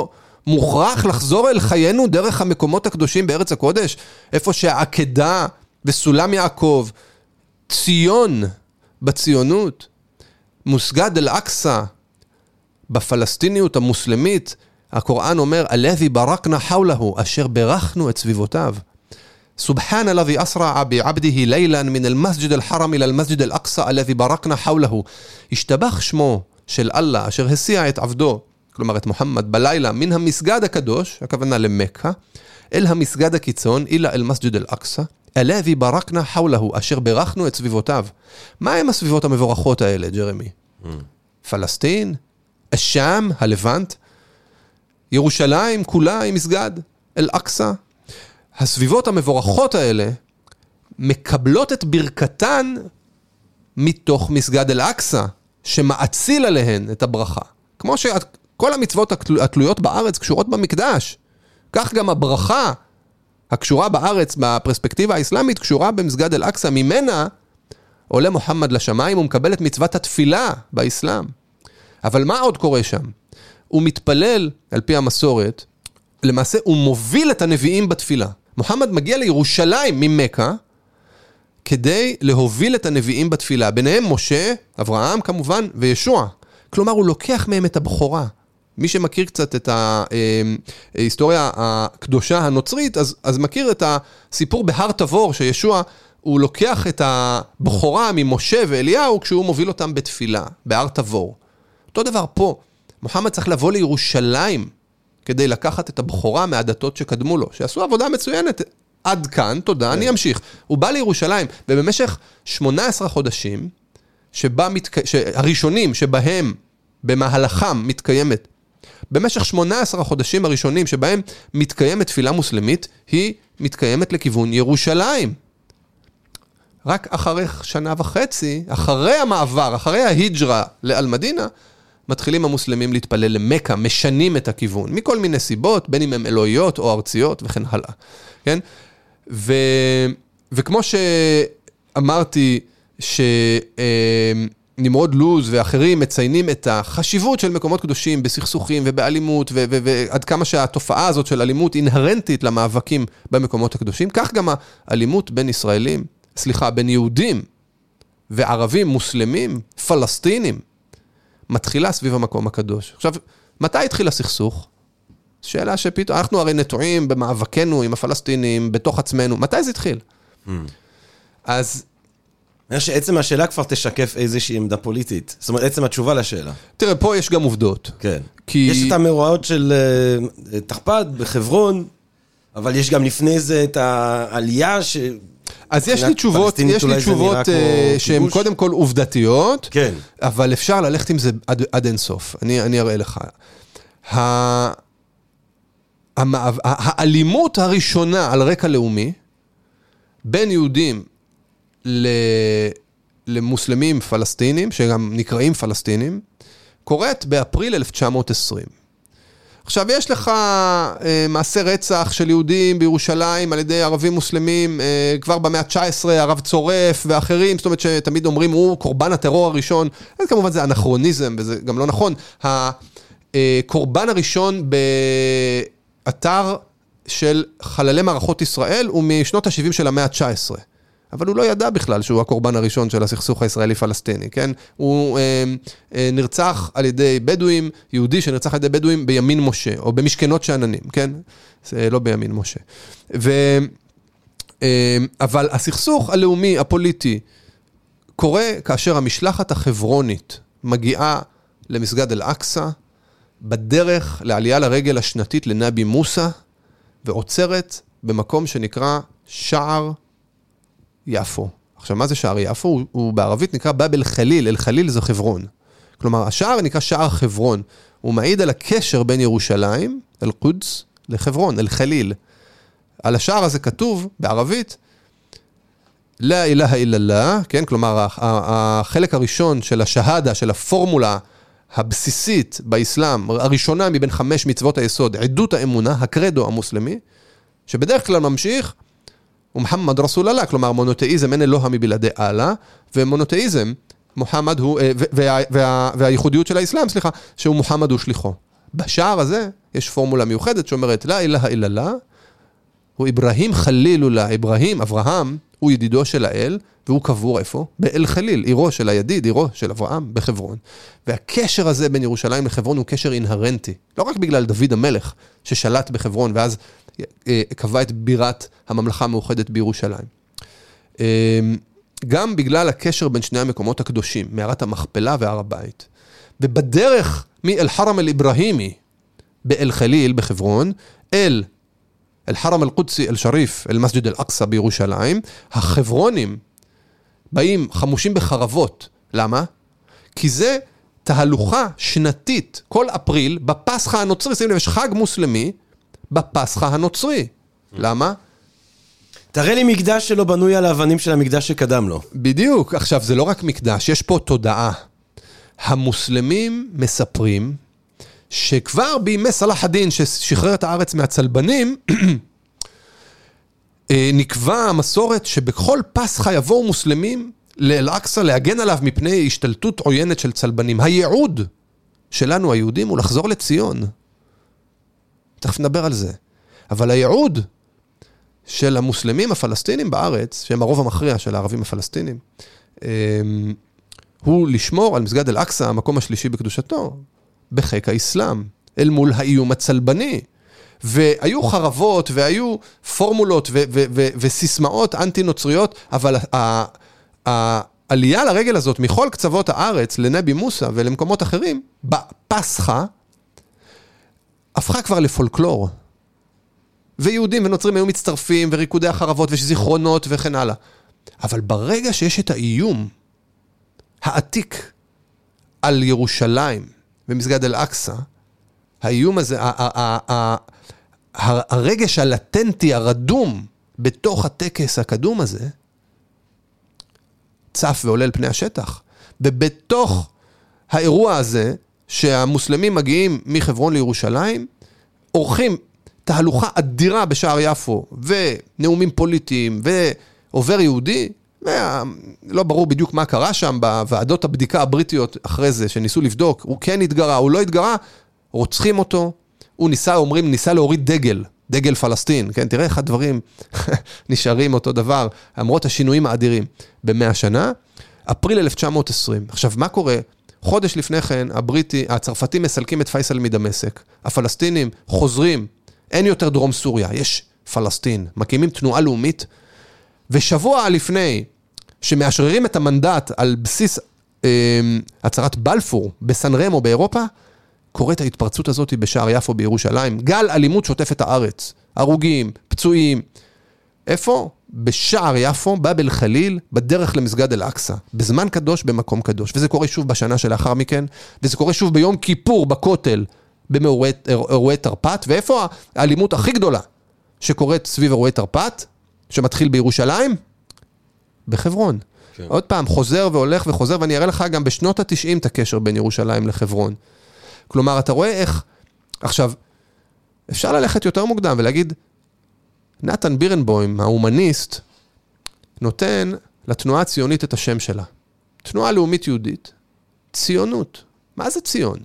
מוכרח לחזור אל חיינו דרך המקומות הקדושים בארץ הקודש, איפה שהעקדה וסולם יעקב, ציון בציונות, מוסגד אל-אקסא, בפלסטיניות המוסלמית, הקוראן אומר, הלוי ברקנה חולהו, אשר ברכנו את סביבותיו. סובחן הלוי אסרע בעבדיhi לילן מן אל-מסג'ד אל-חרם אל אל-מסג'ד אל-אקסא, הלוי ברקנה חולהו. השתבח שמו של אללה, אשר הסיע את עבדו, כלומר את מוחמד, בלילה, מן המסגד הקדוש, הכוונה למכה, אל המסגד הקיצון, אילה אל-מסג'ד אל-אקסא, הלוי ברקנה חולהו, אשר ברכנו את סביבותיו. מה הם הסביבות המבורכות האלה, ג'רמי? Mm. פלסטין, השם, הלבנט, ירושלים, כולה היא מסגד, אל-אקסא. הסביבות המבורכות האלה מקבלות את ברכתן מתוך מסגד אל-אקסא, שמאציל עליהן את הברכה. כמו שכל המצוות התלויות בארץ קשורות במקדש, כך גם הברכה הקשורה בארץ בפרספקטיבה האסלאמית קשורה במסגד אל-אקסא, ממנה עולה מוחמד לשמיים ומקבל את מצוות התפילה באסלאם. אבל מה עוד קורה שם? הוא מתפלל, על פי המסורת, למעשה הוא מוביל את הנביאים בתפילה. מוחמד מגיע לירושלים ממכה, כדי להוביל את הנביאים בתפילה. ביניהם משה, אברהם כמובן, וישוע. כלומר, הוא לוקח מהם את הבכורה. מי שמכיר קצת את ההיסטוריה הקדושה הנוצרית, אז, אז מכיר את הסיפור בהר תבור, שישוע הוא לוקח את הבכורה ממשה ואליהו, כשהוא מוביל אותם בתפילה, בהר תבור. אותו דבר פה, מוחמד צריך לבוא לירושלים, כדי לקחת את הבכורה מהדתות שקדמו לו, שעשו עבודה מצוינת. עד כאן, תודה, אני אמשיך. הוא בא לירושלים, ובמשך שמונה עשרה חודשים, שבה מתק... הראשונים שבהם, במהלכם מתקיימת, במשך שמונה עשרה החודשים הראשונים שבהם מתקיימת תפילה מוסלמית, היא מתקיימת לכיוון ירושלים. רק אחרי שנה וחצי, אחרי המעבר, אחרי ההיג'רה לאל-מדינה, מתחילים המוסלמים להתפלל למכה, משנים את הכיוון, מכל מיני סיבות, בין אם הם אלוהיות או ארציות וכן הלאה. כן? ו... וכמו שאמרתי, שנמרוד לוז ואחרים מציינים את החשיבות של מקומות קדושים בסכסוכים ובאלימות, ו... ו... ועד כמה שהתופעה הזאת של אלימות אינהרנטית למאבקים במקומות הקדושים, כך גם האלימות בין ישראלים, סליחה, בין יהודים וערבים, מוסלמים, פלסטינים, מתחילה סביב המקום הקדוש. עכשיו, מתי התחיל הסכסוך? שאלה שפתאום, אנחנו הרי נטועים במאבקנו עם הפלסטינים, בתוך עצמנו. מתי זה התחיל? Mm. אז... אני חושב שעצם השאלה כבר תשקף איזושהי עמדה פוליטית. זאת אומרת, עצם התשובה לשאלה. תראה, פה יש גם עובדות. כן. כי... יש את המאורעות של uh, תחפד בחברון, אבל יש גם לפני זה את העלייה ש... אז יש לי תשובות, יש לי תשובות שהן קודם כל עובדתיות, כן. אבל אפשר ללכת עם זה עד, עד אינסוף. אני, אני אראה לך. האלימות הראשונה על רקע לאומי, בין יהודים למוסלמים פלסטינים, שגם נקראים פלסטינים, קורית באפריל אלף תשע מאות עשרים. עכשיו, יש לך אה, מעשה רצח של יהודים בירושלים על ידי ערבים מוסלמים, אה, כבר במאה ה-תשע עשרה, הרב צורף ואחרים, זאת אומרת שתמיד אומרים, הוא קורבן הטרור הראשון, אז כמובן זה אנכרוניזם, וזה גם לא נכון. הקורבן הראשון באתר של חללי מערכות ישראל, הוא משנות ה-שבעים של המאה ה-תשע עשרה. אבל הוא לא ידע בכלל שהוא הקורבן הראשון של הסכסוך הישראלי-פלסטיני, כן? הוא אה, אה, נרצח על ידי בדואים, יהודי שנרצח על ידי בדואים בימין משה, או במשכנות שעננים, כן? זה לא בימין משה. ו, אה, אבל הסכסוך הלאומי, הפוליטי, קורה כאשר המשלחת החברונית מגיעה למסגד אל-אקסא, בדרך לעלייה לרגל השנתית לנבי מוסא, ועוצרת במקום שנקרא שער יפו. עכשיו, מה זה שער יפו? הוא, הוא בערבית נקרא באב אל-חליל, אל-חליל זה חברון. כלומר, השער נקרא שער חברון. הוא מעיד על הקשר בין ירושלים, אל-קודס, לחברון, אל-חליל. על השער הזה כתוב בערבית, לא אילהה אילללה, כן? כלומר, החלק הראשון של השהדה, של הפורמולה הבסיסית באסלאם, הראשונה מבין חמש מצוות היסוד, עדות האמונה, הקרדו המוסלמי, שבדרך כלל ממשיך, ומוחמד רסול אללה, כלומר מונותאיזם אין אלוה מבלעדי אללה, ומונותאיזם, מוחמד הוא, וה, וה, והייחודיות של האסלאם, סליחה, שהוא מוחמד הוא שליחו. בשער הזה יש פורמולה מיוחדת שאומרת, לא אלה אלה לה, הוא אברהים חלילולה, אברהים, אברהם, הוא ידידו של האל, והוא קבור איפה? באל חליל, עירו של הידיד, עירו של אברהם, בחברון. והקשר הזה בין ירושלים לחברון הוא קשר אינהרנטי. לא רק בגלל דוד המלך, ששלט בחברון, ואז אה, קבע את בירת הממלכה המאוחדת בירושלים. אה, גם בגלל הקשר בין שני המקומות הקדושים, מערת המכפלה והר הבית. ובדרך מאל חרם אל אברהימי, באל חליל, בחברון, אל אל חרם אל קודסי, אל שריף, אל מסג'ד אל אקסה בירושלים, החברונים באים חמושים בחרבות. למה? כי זה תהלוכה שנתית, כל אפריל, בפסחה הנוצרי, שים לב, יש חג מוסלמי, בפסחה הנוצרי. למה? תראה לי מקדש שלא בנוי על האבנים של המקדש שקדם לו. בדיוק. עכשיו, זה לא רק מקדש, יש פה תודעה. המוסלמים מספרים, שכבר בימי סלאח א-דין ששחרר את הארץ מהצלבנים, נקבע המסורת שבכל פסחא יבואו מוסלמים לאל-אקסה להגן עליו מפני השתלטות עוינת של צלבנים. הייעוד שלנו היהודים הוא לחזור לציון. תכף נדבר על זה. אבל הייעוד של המוסלמים הפלסטינים בארץ, שהם הרוב המכריע של הערבים הפלסטינים, הוא לשמור על מסגד אל-אקסה, המקום השלישי בקדושתו, בחיק האסלאם, אל מול האיום הצלבני. והיו חרבות, והיו פורמולות ו- ו- ו- וסיסמאות אנטי-נוצריות, אבל העלייה לרגל הזאת, מכל קצוות הארץ, לנבי מוסא ולמקומות אחרים, בפסחה, הפכה כבר לפולקלור. ויהודים ונוצרים היו מצטרפים, וריקודי החרבות, וזיכרונות וכן הלאה. אבל ברגע שיש את האיום העתיק על ירושלים, במסגד אל-אקסה, האיום הזה, הרגש הלטנטי, הרדום, בתוך הטקס הקדום הזה, צף ועולה על פני השטח. ובתוך האירוע הזה, שהמוסלמים מגיעים מחברון לירושלים, עורכים תהלוכה אדירה בשער יפו, ונאומים פוליטיים, ועובר יהודי, לא ברור בדיוק מה קרה שם, בוועדות הבדיקה הבריטיות אחרי זה, שניסו לבדוק, הוא כן התגרה, הוא לא התגרה, רוצחים אותו, הוא ניסה, אומרים, ניסה להוריד דגל, דגל פלסטין, כן, תראה איך הדברים נשארים אותו דבר, למרות השינויים האדירים, במאה שנה, אפריל אלף תשע מאות עשרים, עכשיו מה קורה? חודש לפני כן, הבריטי, הצרפתים מסלקים את פייסל מדמשק, הפלסטינים חוזרים, אין יותר דרום סוריה, יש פלסטין, מקימים תנועה לאומית, ושבוע לפני שמאשררים את המנדט על בסיס אה, הצהרת בלפור בסן רמו באירופה, קורית ההתפרצות הזאת בשער יפו בירושלים, גל אלימות שוטף את הארץ, הרוגים, פצועים. איפה? בשער יפו, באבל חליל, בדרך למסגד אל-אקסה, בזמן קדוש, במקום קדוש. וזה קורה שוב בשנה שלאחר מכן, וזה קורה שוב ביום כיפור בכותל, במאירועי תרפ"ט, ואיפה האלימות הכי גדולה שקורית סביב אירועי תרפ"ט, שמתחיל בירושלים? בחברון. כן. עוד פעם, חוזר והולך וחוזר, ואני אראה לך גם בשנות ה-תשעים את הקשר בין ירושלים לחברון. כלומר, אתה רואה איך, עכשיו, אפשר ללכת יותר מוקדם ולהגיד, נתן בירנבוים, ההומניסט, נותן לתנועה הציונית את השם שלה. תנועה לאומית יהודית. ציונות. מה זה ציון?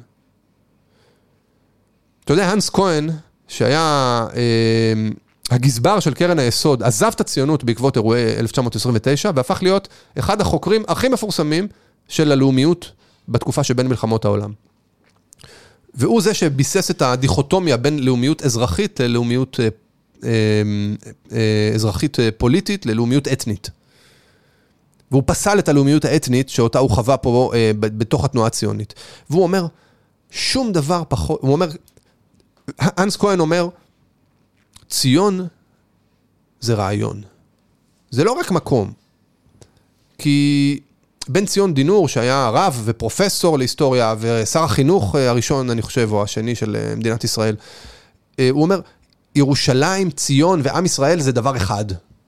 אתה יודע, הנס כהן, שהיה אה, הגזבר של קרן היסוד, עזב את הציונות בעקבות אירועי אלף תשע מאות עשרים ותשע, והפך להיות אחד החוקרים הכי מפורסמים של הלאומיות בתקופה שבין מלחמות העולם. והוא זה שביסס את הדיכוטומיה בין לאומיות אזרחית ללאומיות אה, אה, אזרחית פוליטית ללאומיות אתנית. והוא פסל את הלאומיות האתנית שאותה הוא חווה פה אה, בתוך התנועה הציונית. והוא אומר, שום דבר פחות, הוא אומר, הנס כהן אומר, ציון זה רעיון. זה לא רק מקום. כי בן ציון דינור, שהיה רב ופרופסור להיסטוריה, ושר החינוך הראשון, אני חושב, או השני של מדינת ישראל, הוא אומר, ירושלים, ציון ועם ישראל זה דבר אחד.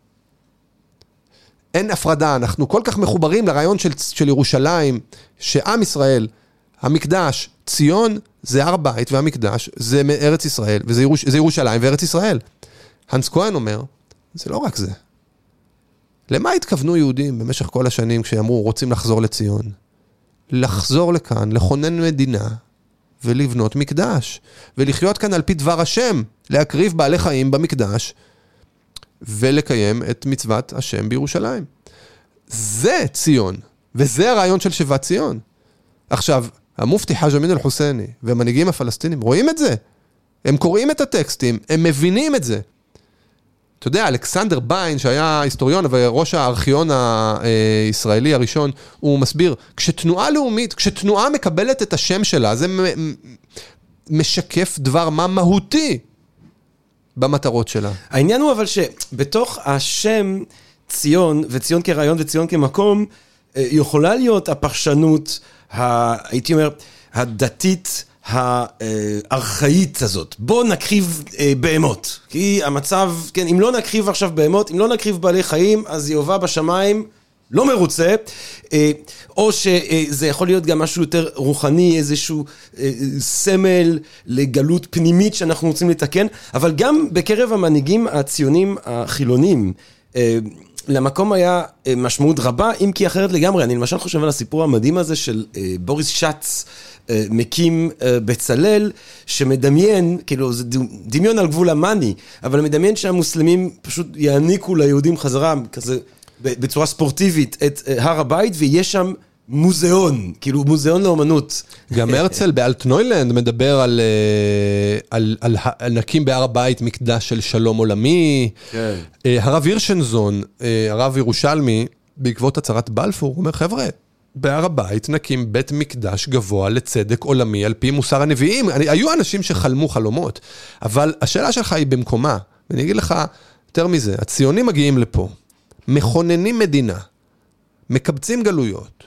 אין הפרדה, אנחנו כל כך מחוברים לרעיון של, של ירושלים, שעם ישראל, המקדש, ציון זה הר בית, והמקדש זה ארץ ישראל, וזה ירוש, זה ירושלים וארץ ישראל. הנס כהן אומר, זה לא רק זה. למה התכוונו יהודים במשך כל השנים כשאמרו רוצים לחזור לציון? לחזור לכאן, לכונן מדינה, ולבנות מקדש, ולחיות כאן על פי דבר השם, להקריב בעלי חיים במקדש, ולקיים את מצוות השם בירושלים. זה ציון, וזה הרעיון של שיבת ציון. עכשיו, המופתי חאג' אמין אל-חוסייני, והמנהיגים הפלסטינים, רואים את זה. הם קוראים את הטקסטים, הם מבינים את זה. אתה יודע, אלכסנדר ביין, שהיה היסטוריון, וראש הארכיון הישראלי הראשון, הוא מסביר, כשתנועה לאומית, כשתנועה מקבלת את השם שלה, זה משקף דבר מה מהותי במטרות שלה. העניין הוא אבל שבתוך השם ציון, וציון כרעיון וציון כמקום, יכולה להיות הפרשנות, הייתי אומר, הדתית, הארכאית הזאת. בוא נקריב בהמות. כי המצב, כן, אם לא נקריב עכשיו בהמות, אם לא נקריב בעלי חיים, אז יהוה בשמיים לא מרוצה, או שזה יכול להיות גם משהו יותר רוחני, איזשהו סמל לגלות פנימית שאנחנו רוצים לתקן, אבל גם בקרב המנהיגים הציונים החילונים, למקום היה משמעות רבה, אם כי אחרת לגמרי. אני למשל חושב על הסיפור המדהים הזה של בוריס שץ, מקים בצלל, שמדמיין, כאילו זה דמיון על גבול המאני, אבל מדמיין שהמוסלמים פשוט יעניקו ליהודים חזרה, כזה בצורה ספורטיבית, את הר הבית, ויש שם מוזיאון, כאילו מוזיאון לאומנות. גם הרצל באלטנוילנד מדבר על, על, על, על נקים בהר הבית מקדש של שלום עולמי. כן. הרב הירשנזון, הרב ירושלמי, בעקבות הצהרת בלפור, הוא אומר, חבר'ה, בהר הבית נקים בית מקדש גבוה לצדק עולמי על פי מוסר הנביאים. אני, היו אנשים שחלמו חלומות, אבל השאלה שלך היא במקומה. ואני אגיד לך יותר מזה, הציונים מגיעים לפה, מכוננים מדינה, מקבצים גלויות,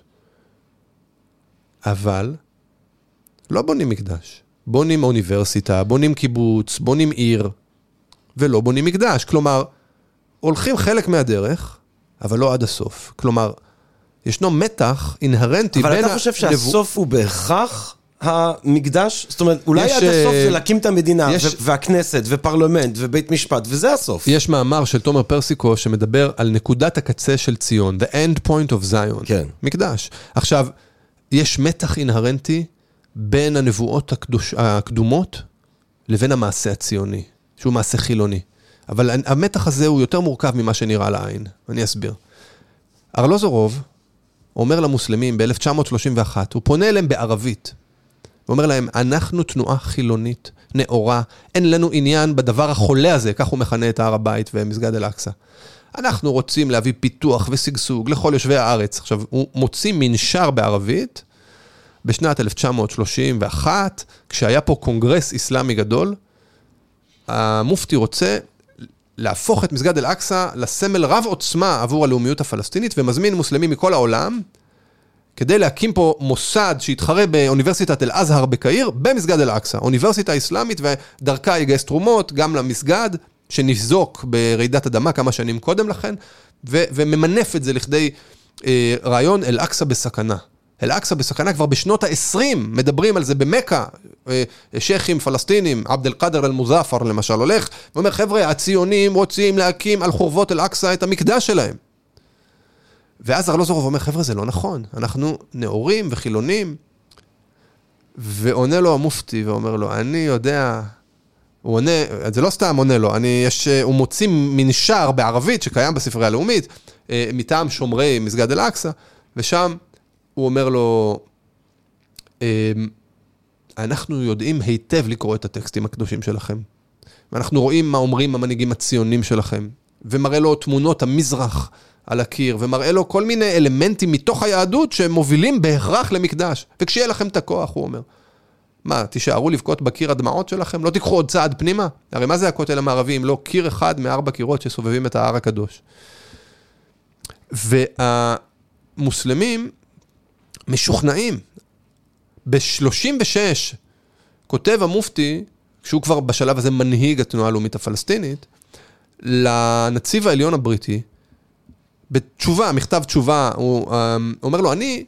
אבל לא בונים מקדש. בונים אוניברסיטה, בונים קיבוץ, בונים עיר, ולא בונים מקדש. כלומר, הולכים חלק מהדרך, אבל לא עד הסוף. כלומר, ישנו מתח אינהרנטי בין... אבל אתה חושב שהסוף הוא בהכרח המקדש? זאת אומרת, אולי עד הסוף זה להקים את המדינה, והכנסת, ופרלמנט, ובית משפט, וזה הסוף. יש מאמר של תומר פרסיקו שמדבר על נקודת הקצה של ציון, the end point of Zion. כן. מקדש. עכשיו, יש מתח אינהרנטי בין הנבואות הקדוש, הקדומות לבין המעשה הציוני, שהוא מעשה חילוני. אבל המתח הזה הוא יותר מורכב ממה שנראה לעין. אני אסביר. ארלוזורוב אומר למוסלמים ב-אלף תשע מאות שלושים ואחת, הוא פונה אליהם בערבית, הוא אומר להם, אנחנו תנועה חילונית, נאורה, אין לנו עניין בדבר החולה הזה, כך הוא מכנה את הר הבית ומסגד אל-אקצא. אנחנו רוצים להביא פיתוח וסגסוג לכל יושבי הארץ. עכשיו, הוא מוציא מנשר בערבית, בשנת אלף תשע מאות שלושים ואחת, כשהיה פה קונגרס איסלאמי גדול, המופתי רוצה להפוך את מסגד אל-אקצא לסמל רב עוצמה עבור הלאומיות הפלסטינית, ומזמין מוסלמים מכל העולם, כדי להקים פה מוסד שהתחרה באוניברסיטת אל-אזהר בקהיר, במסגד אל-אקצא. אוניברסיטה איסלאמית, ודרכה יגייס תרומות גם למסגד, שנפזוק ברעידת אדמה כמה שנים קודם לכן, ו- וממנף את זה לכדי אה, רעיון אל-אקצא בסכנה. אל-אקצא בסכנה כבר בשנות ה-עשרים, מדברים על זה במכה, אה, שייכים פלסטינים, עבד אל-קאדר אל-מוזאפר למשל הולך, ואומר, חבר'ה, הציונים רוצים להקים על חורבות אל-אקצא את המקדש שלהם. ואז ארלוזורוב אומר, חבר'ה, זה לא נכון, אנחנו נאורים וחילונים, ועונה לו המופתי ואומר לו, אני יודע... הוא עונה, זה לא סתם עונה לו, אני, יש, הוא מוציא מנשר בערבית שקיים בספרייה הלאומית, מטעם שומרי מסגד אל-אקצא, ושם הוא אומר לו, אנחנו יודעים היטב לקרוא את הטקסטים הקדושים שלכם, ואנחנו רואים מה אומרים המנהיגים הציונים שלכם, ומראה לו תמונות המזרח על הקיר, ומראה לו כל מיני אלמנטים מתוך היהדות שמובילים בהכרח למקדש, וכשיהיה לכם את הכוח, הוא אומר, מה, תישארו לבכות בקיר הדמעות שלכם? לא תיקחו עוד צעד פנימה? הרי מה זה הכותל המערבי אם לא קיר אחד מארבע קירות שסובבים את ההר הקדוש? והמוסלמים משוכנעים. ב-שלושים ושש כותב המופתי, שהוא כבר בשלב הזה מנהיג התנועה הלאומית הפלסטינית, לנציב העליון הבריטי, בתשובה, מכתב תשובה, הוא אומר לו, אני,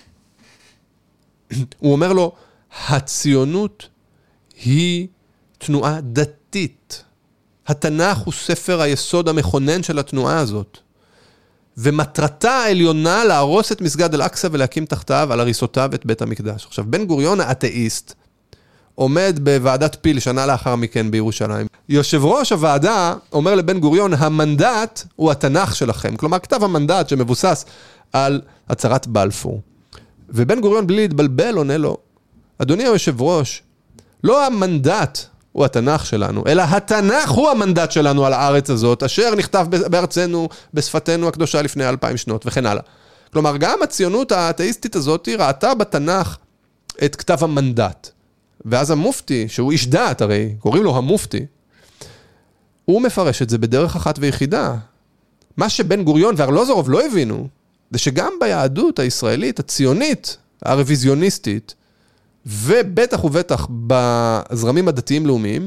הוא אומר לו, הציונות היא תנועה דתית. התנ"ך הוא ספר היסוד המכונן של התנועה הזאת. ומטרתה העליונה להרוס את מסגד אל-אקצא ולהקים תחתיו על הריסותיו את בית המקדש. עכשיו, בן גוריון האתאיסט עומד בוועדת פיל שנה לאחר מכן בירושלים. יושב ראש הוועדה אומר לבן גוריון, המנדט הוא התנ"ך שלכם. כלומר, כתב המנדט שמבוסס על הצהרת בלפור. ובן גוריון בלי להתבלבל עונה לו, אדוני היושב ראש, לא המנדט הוא התנ"ך שלנו, אלא התנ"ך הוא המנדט שלנו על הארץ הזאת, אשר נכתב בארצנו, בשפתנו הקדושה לפני אלפיים שנות וכן הלאה. כלומר, גם הציונות האתאיסטית הזאת ראתה בתנ"ך את כתב המנדט. ואז המופתי, שהוא איש דת הרי, קוראים לו המופתי, הוא מפרש את זה בדרך אחת ויחידה. מה שבן גוריון וארלוזורוב לא הבינו, זה שגם ביהדות הישראלית, הציונית, הרוויזיוניסטית, ובטח ובטח בזרמים הדתיים לאומיים,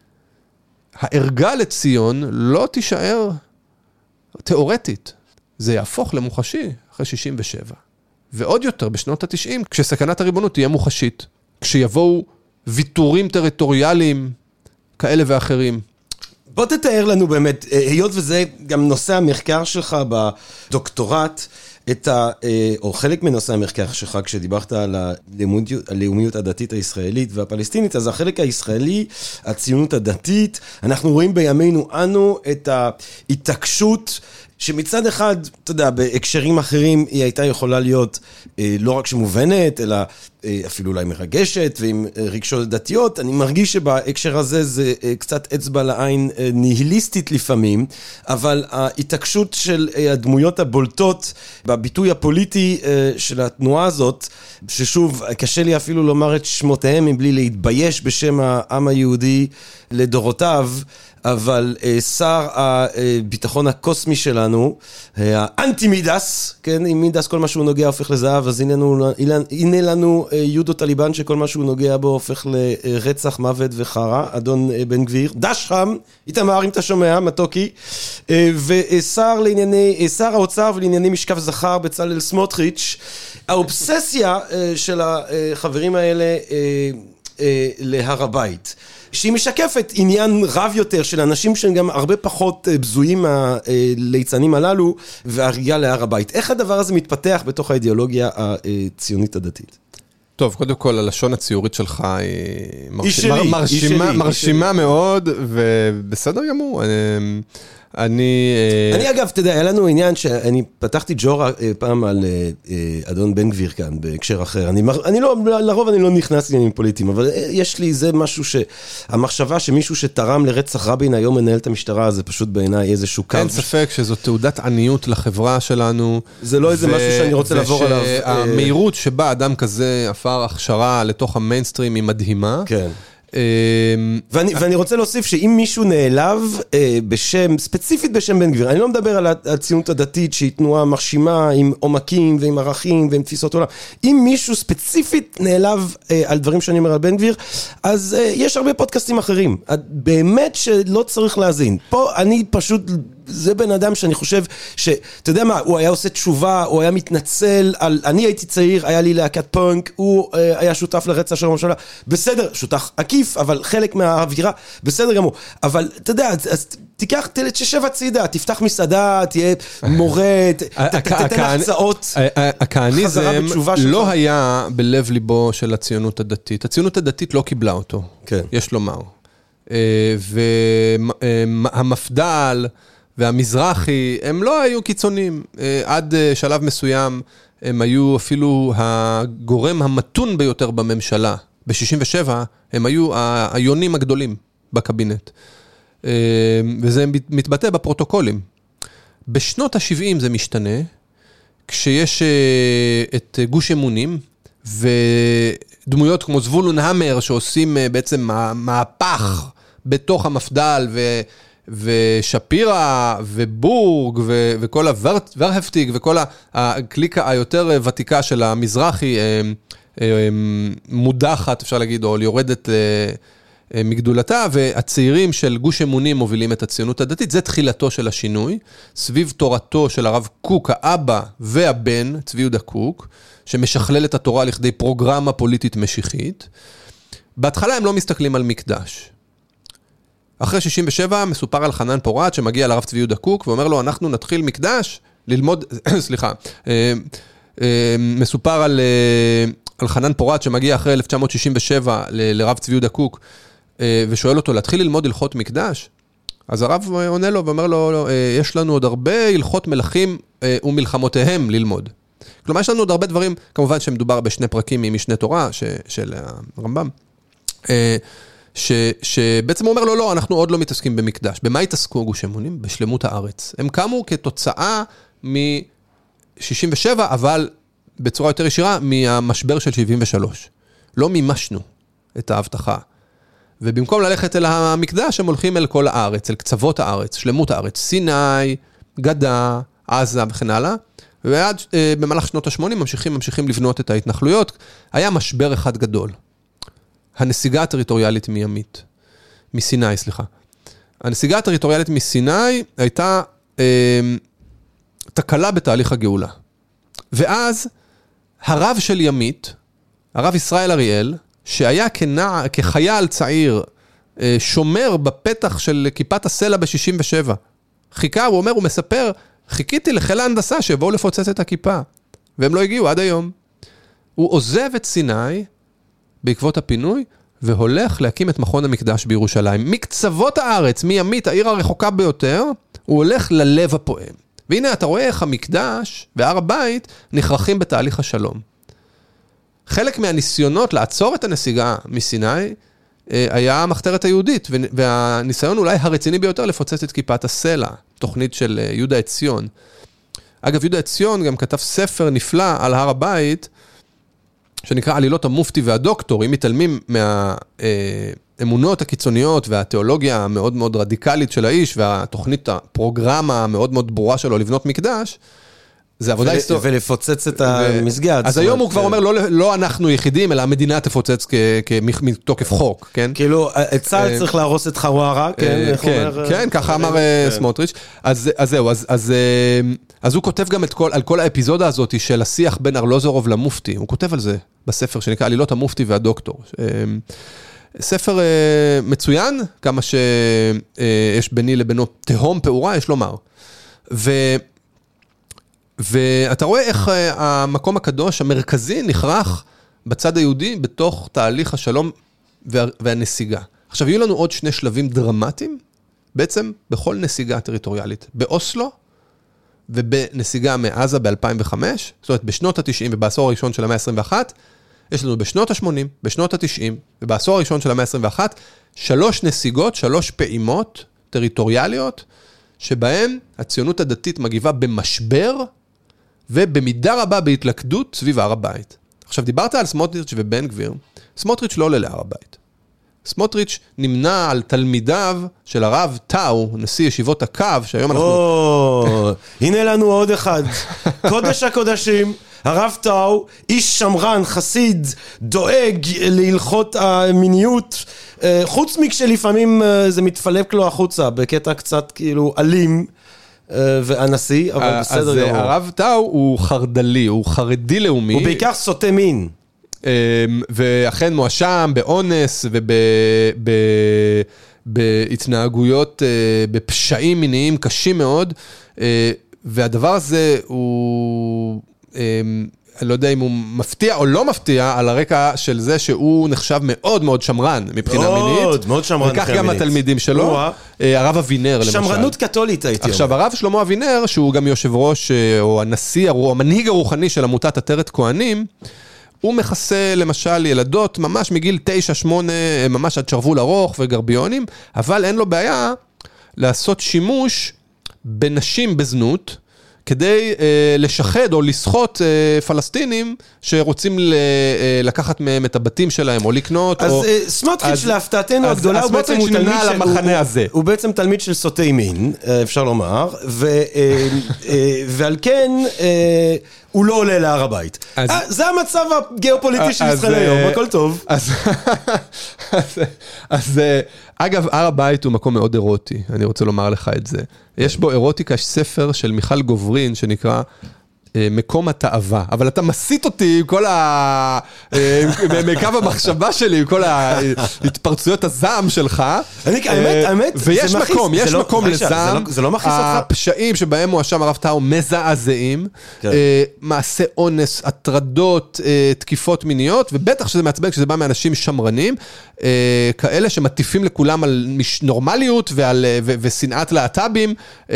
הערגה לציון לא תישאר תיאורטית. זה יהפוך למוחשי אחרי שישים ושבע. ועוד יותר בשנות ה-תשעים, כשסכנת הריבונות תהיה מוחשית, כשיבואו ויתורים טריטוריאליים כאלה ואחרים. בוא תתאר לנו באמת, היות וזה גם נושא המחקר שלך בדוקטורט, את ה, או חלק מנושא המחקר שלך, כשדיברת על הלאומיות, הלאומיות הדתית הישראלית והפלסטינית, אז החלק הישראלי, הציונות הדתית, אנחנו רואים בימינו אנו את ההתעקשות, שמצד אחד, אתה יודע, בהקשרים אחרים היא הייתה יכולה להיות אה, לא רק שמובנת, אלא אה, אפילו אולי מרגשת ועם אה, רגשות דתיות. אני מרגיש שבהקשר הזה זה אה, קצת אצבע לעין אה, ניהיליסטית לפעמים, אבל ההתעקשות של אה, הדמויות הבולטות בביטוי הפוליטי אה, של התנועה הזאת, ששוב, קשה לי אפילו לומר את שמותיהם מבלי להתבייש בשם העם היהודי לדורותיו, אבל שר הביטחון הקוסמי שלנו, האנטי מידס, כן, עם מידס כל מה שהוא נוגע הופך לזהב, אז הנה לנו, הנה לנו יודו טליבן שכל מה שהוא נוגע בו הופך לרצח, מוות וחרה, אדון בן גביר, דש חם, איתמר אם אתה שומע, מתוקי, ושר לענייני, שר האוצר ולענייני משכב זכר בצלאל סמוטריץ', האובססיה של החברים האלה להר הבית, שהיא משקפת עניין רב יותר של אנשים שהם גם הרבה פחות בזויים מהליצנים הללו, והרגיעה להר הבית. איך הדבר הזה מתפתח בתוך האידיאולוגיה הציונית הדתית? טוב, קודם כל, הלשון הציורית שלך היא מרשימה, מרשימה, מרשימה מאוד, ובסדר גמור. אני... אני אגב, אתה יודע, היה לנו עניין שאני פתחתי ג'ורה פעם על אדון בן גביר כאן, בהקשר אחר. אני, אני לא, לרוב אני לא נכנס לעניינים פוליטיים, אבל יש לי, זה משהו שהמחשבה שמישהו שתרם לרצח רבין היום מנהל את המשטרה, זה פשוט בעיניי איזשהו קו. אין ספק שזו תעודת עניות לחברה שלנו. זה לא איזה משהו שאני רוצה לעבור עליו. והמהירות שבה אדם כזה עפר הכשרה לתוך המיינסטרים היא מדהימה. כן. ואני, ואני רוצה להוסיף שאם מישהו נעלב בשם, ספציפית בשם בן גביר, אני לא מדבר על הציונות הדתית שהיא תנועה מרשימה עם עומקים ועם ערכים ועם תפיסות עולם, אם מישהו ספציפית נעלב על דברים שאני אומר על בן גביר, אז יש הרבה פודקאסטים אחרים, באמת שלא צריך להזין. פה אני פשוט... זה בן אדם שאני חושב שאתה יודע מה, הוא היה עושה תשובה, הוא היה מתנצל על, אני הייתי צעיר, היה לי להקת פונק, הוא uh, היה שותף לרצח של הממשלה, בסדר, שותף עקיף, אבל חלק מהאווירה, בסדר גמור, אבל אתה יודע, אז תיקח, תשב הצידה, תפתח מסעדה, תהיה מורה, תתן הרצאות, הכהניזם לא היה בלב ליבו של הציונות הדתית, הציונות הדתית לא קיבלה אותו, יש לומר, והמפד"ל, והמזרחי, הם לא היו קיצונים. עד שלב מסוים, הם היו אפילו הגורם המתון ביותר בממשלה. ב-שישים ושבע, הם היו היונים הגדולים בקבינט. וזה מתבטא בפרוטוקולים. בשנות ה-שבעים זה משתנה, כשיש את גוש אמונים, ודמויות כמו זבולון המר, שעושים בעצם מהפך בתוך המפד"ל, ו... ושפירה ובורג ו- וכל הוורהפטיג וכל הקליקה היותר ותיקה של המזרחי מודחת, אפשר להגיד, או יורדת מגדולתה, והצעירים של גוש אמונים מובילים את הציונות הדתית. זה תחילתו של השינוי, סביב תורתו של הרב קוק, האבא והבן, צבי יהודה קוק, שמשכלל את התורה לכדי פרוגרמה פוליטית משיחית. בהתחלה הם לא מסתכלים על מקדש. אחרי שישים ושבע מסופר על חנן פורת שמגיע לרב צבי יהודה קוק ואומר לו, אנחנו נתחיל מקדש ללמוד, סליחה, מסופר על, על חנן פורת שמגיע אחרי אלף תשע מאות שישים ושבע ל, לרב צבי יהודה קוק, ושואל אותו, להתחיל ללמוד הלכות מקדש? אז הרב עונה לו ואומר לו, לא, יש לנו עוד הרבה הלכות מלכים ומלחמותיהם ללמוד. כלומר, יש לנו עוד הרבה דברים, כמובן שמדובר בשני פרקים ממשנה תורה ש, של הרמב"ם, ש, שבעצם הוא אומר לו, לא, אנחנו עוד לא מתעסקים במקדש. במה התעסקו גוש אמונים? בשלמות הארץ. הם קמו כתוצאה מ-שישים ושבע, אבל בצורה יותר ישירה, מהמשבר של שבעים ושלוש. לא מימשנו את ההבטחה. ובמקום ללכת אל המקדש, הם הולכים אל כל הארץ, אל קצוות הארץ, שלמות הארץ, סיני, גדה, עזה וכן הלאה. ועד במהלך שנות ה-שמונים ממשיכים, ממשיכים לבנות את ההתנחלויות. היה משבר אחד גדול. הנסיגה הטריטוריאלית מימית, מסיני, סליחה. הנסיגה הטריטוריאלית מסיני הייתה אה, תקלה בתהליך הגאולה. ואז הרב של ימית, הרב ישראל אריאל, שהיה כנע, כחייל צעיר, אה, שומר בפתח של כיפת הסלע ב-שישים ושבע. חיכה, הוא אומר, הוא מספר, חיכיתי לחיל ההנדסה שיבואו לפוצץ את הכיפה. והם לא הגיעו עד היום. הוא עוזב את סיני, בעקבות הפינוי, והולך להקים את מכון המקדש בירושלים. מקצוות הארץ, מימית, העיר הרחוקה ביותר, הוא הולך ללב הפועם. והנה אתה רואה איך המקדש והר הבית נכרחים בתהליך השלום. חלק מהניסיונות לעצור את הנסיגה מסיני, היה המחתרת היהודית, והניסיון אולי הרציני ביותר לפוצץ את כיפת הסלע, תוכנית של יהודה עציון. אגב, יהודה עציון גם כתב ספר נפלא על הר הבית, שנקרא עלילות המופתי והדוקטור. אם מתעלמים מהאמונות הקיצוניות והתיאולוגיה המאוד מאוד רדיקלית של האיש, והתוכנית הפרוגרמה המאוד מאוד ברורה שלו לבנות מקדש, זה עבודה היסטורית. ולפוצץ את המסגד. אז היום הוא כבר אומר, לא אנחנו יחידים, אלא המדינה תפוצץ מתוקף חוק, כן? כאילו, צה"ל צריך להרוס את חווארה, כן? כן, ככה אמר סמוטריץ'. אז זהו, אז הוא כותב גם על כל האפיזודה הזאת של השיח בין ארלוזורוב למופתי. הוא כותב על זה בספר שנקרא עלילות המופתי והדוקטור. ספר מצוין, כמה שיש ביני לבינו תהום פעורה, יש לומר. ו... ואתה רואה איך המקום הקדוש המרכזי נכרח בצד היהודי בתוך תהליך השלום והנסיגה. עכשיו, יהיו לנו עוד שני שלבים דרמטיים, בעצם בכל נסיגה טריטוריאלית. באוסלו ובנסיגה מעזה ב-אלפיים וחמש, זאת אומרת, בשנות ה-תשעים ובעשור הראשון של המאה ה-עשרים ואחת, יש לנו בשנות ה-שמונים, בשנות ה-תשעים ובעשור הראשון של המאה ה-עשרים ואחת, שלוש נסיגות, שלוש פעימות טריטוריאליות, שבהן הציונות הדתית מגיבה במשבר, ובמידה רבה בהתלכדות סביב הר הבית. עכשיו, דיברת על סמוטריץ' ובן גביר. סמוטריץ' לא עולה להר הבית. סמוטריץ' נמנע על תלמידיו של הרב טאו, נשיא ישיבות הקו, שהיום אנחנו... או, הנה לנו עוד אחד. קודש הקודשים, הרב טאו, איש שמרן, חסיד, דואג להלכות המיניות, חוץ מכשלפעמים זה מתפלק לו החוצה, בקטע קצת כאילו אלים, ואנסי, אבל בסדר גמור. אז הרב טאו הוא חרדלי, הוא חרדי לאומי. הוא בעיקר סוטה מין. ואכן מואשם באונס ובהתנהגויות, בפשעים מיניים קשים מאוד, והדבר הזה הוא... אני לא יודע אם הוא מפתיע או לא מפתיע, על הרקע של זה שהוא נחשב מאוד מאוד שמרן מבחינה מינית. מאוד, מאוד שמרן מבחינה מינית. וכך גם התלמידים שלו, הרב אבינר למשל. שמרנות קתולית הייתי אומר. עכשיו, הרב שלמה אבינר, שהוא גם יושב ראש, או הנשיא, או המנהיג הרוחני של עמותת עטרת כהנים, הוא מכסה למשל ילדות ממש מגיל תשע שמונה, ממש עד שרוול ארוך וגרביונים, אבל אין לו בעיה לעשות שימוש בנשים בזנות, כדי אה, לשחד או לשחות אה, פלסטינים שרוצים ל, אה, לקחת מהם את הבתים שלהם או לקנות. אז או... אה, סמוטריץ' להפתעתנו הגדולה, הוא בעצם הוא תלמיד של, המחנה הוא, הזה. הוא בעצם תלמיד של סוטי מין, אפשר לומר, ו, אה, אה, ועל כן אה, הוא לא עולה להר הבית. אז, אה, זה המצב הגיאופוליטי של ישראל היום, הכל טוב. אז, אז, אז אגב, הר הבית הוא מקום מאוד אירוטי, אני רוצה לומר לך את זה. יש בו אירוטיקה, ספר של מיכל גוברין, שנקרא מקום התאווה, אבל אתה מסית אותי עם כל ה... מקו המחשבה שלי, עם כל ההתפרצויות הזעם שלך. האמת, האמת, ויש מקום, יש מקום לזעם. זה לא מכניס אותך? הפשעים שבהם הוא אשם הרב טאו מזעזעים, מעשה אונס, הטרדות, תקיפות מיניות, ובטח שזה מעצבן כשזה בא מאנשים שמרנים, כאלה שמטיפים לכולם על נורמליות ושנאת להט"בים,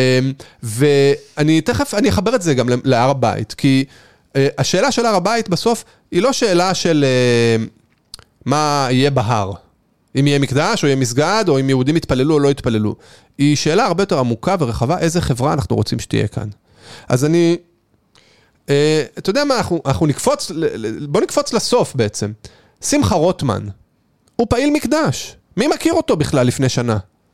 ואני תכף, אני אחבר את זה גם להר הבית, כי השאלה של הר הבית בסוף היא לא שאלה של מה יהיה בהר, אם יהיה מקדש או יהיה מסגד, או אם יהודים יתפללו או לא יתפללו. היא שאלה הרבה יותר עמוקה ורחבה, איזה חברה אנחנו רוצים שתהיה כאן. אז אני, אתה יודע מה, אנחנו, אנחנו נקפוץ, בוא נקפוץ לסוף בעצם. שמחה רוטמן, הוא פעיל מקדש. מי מכיר אותו בכלל לפני שנה?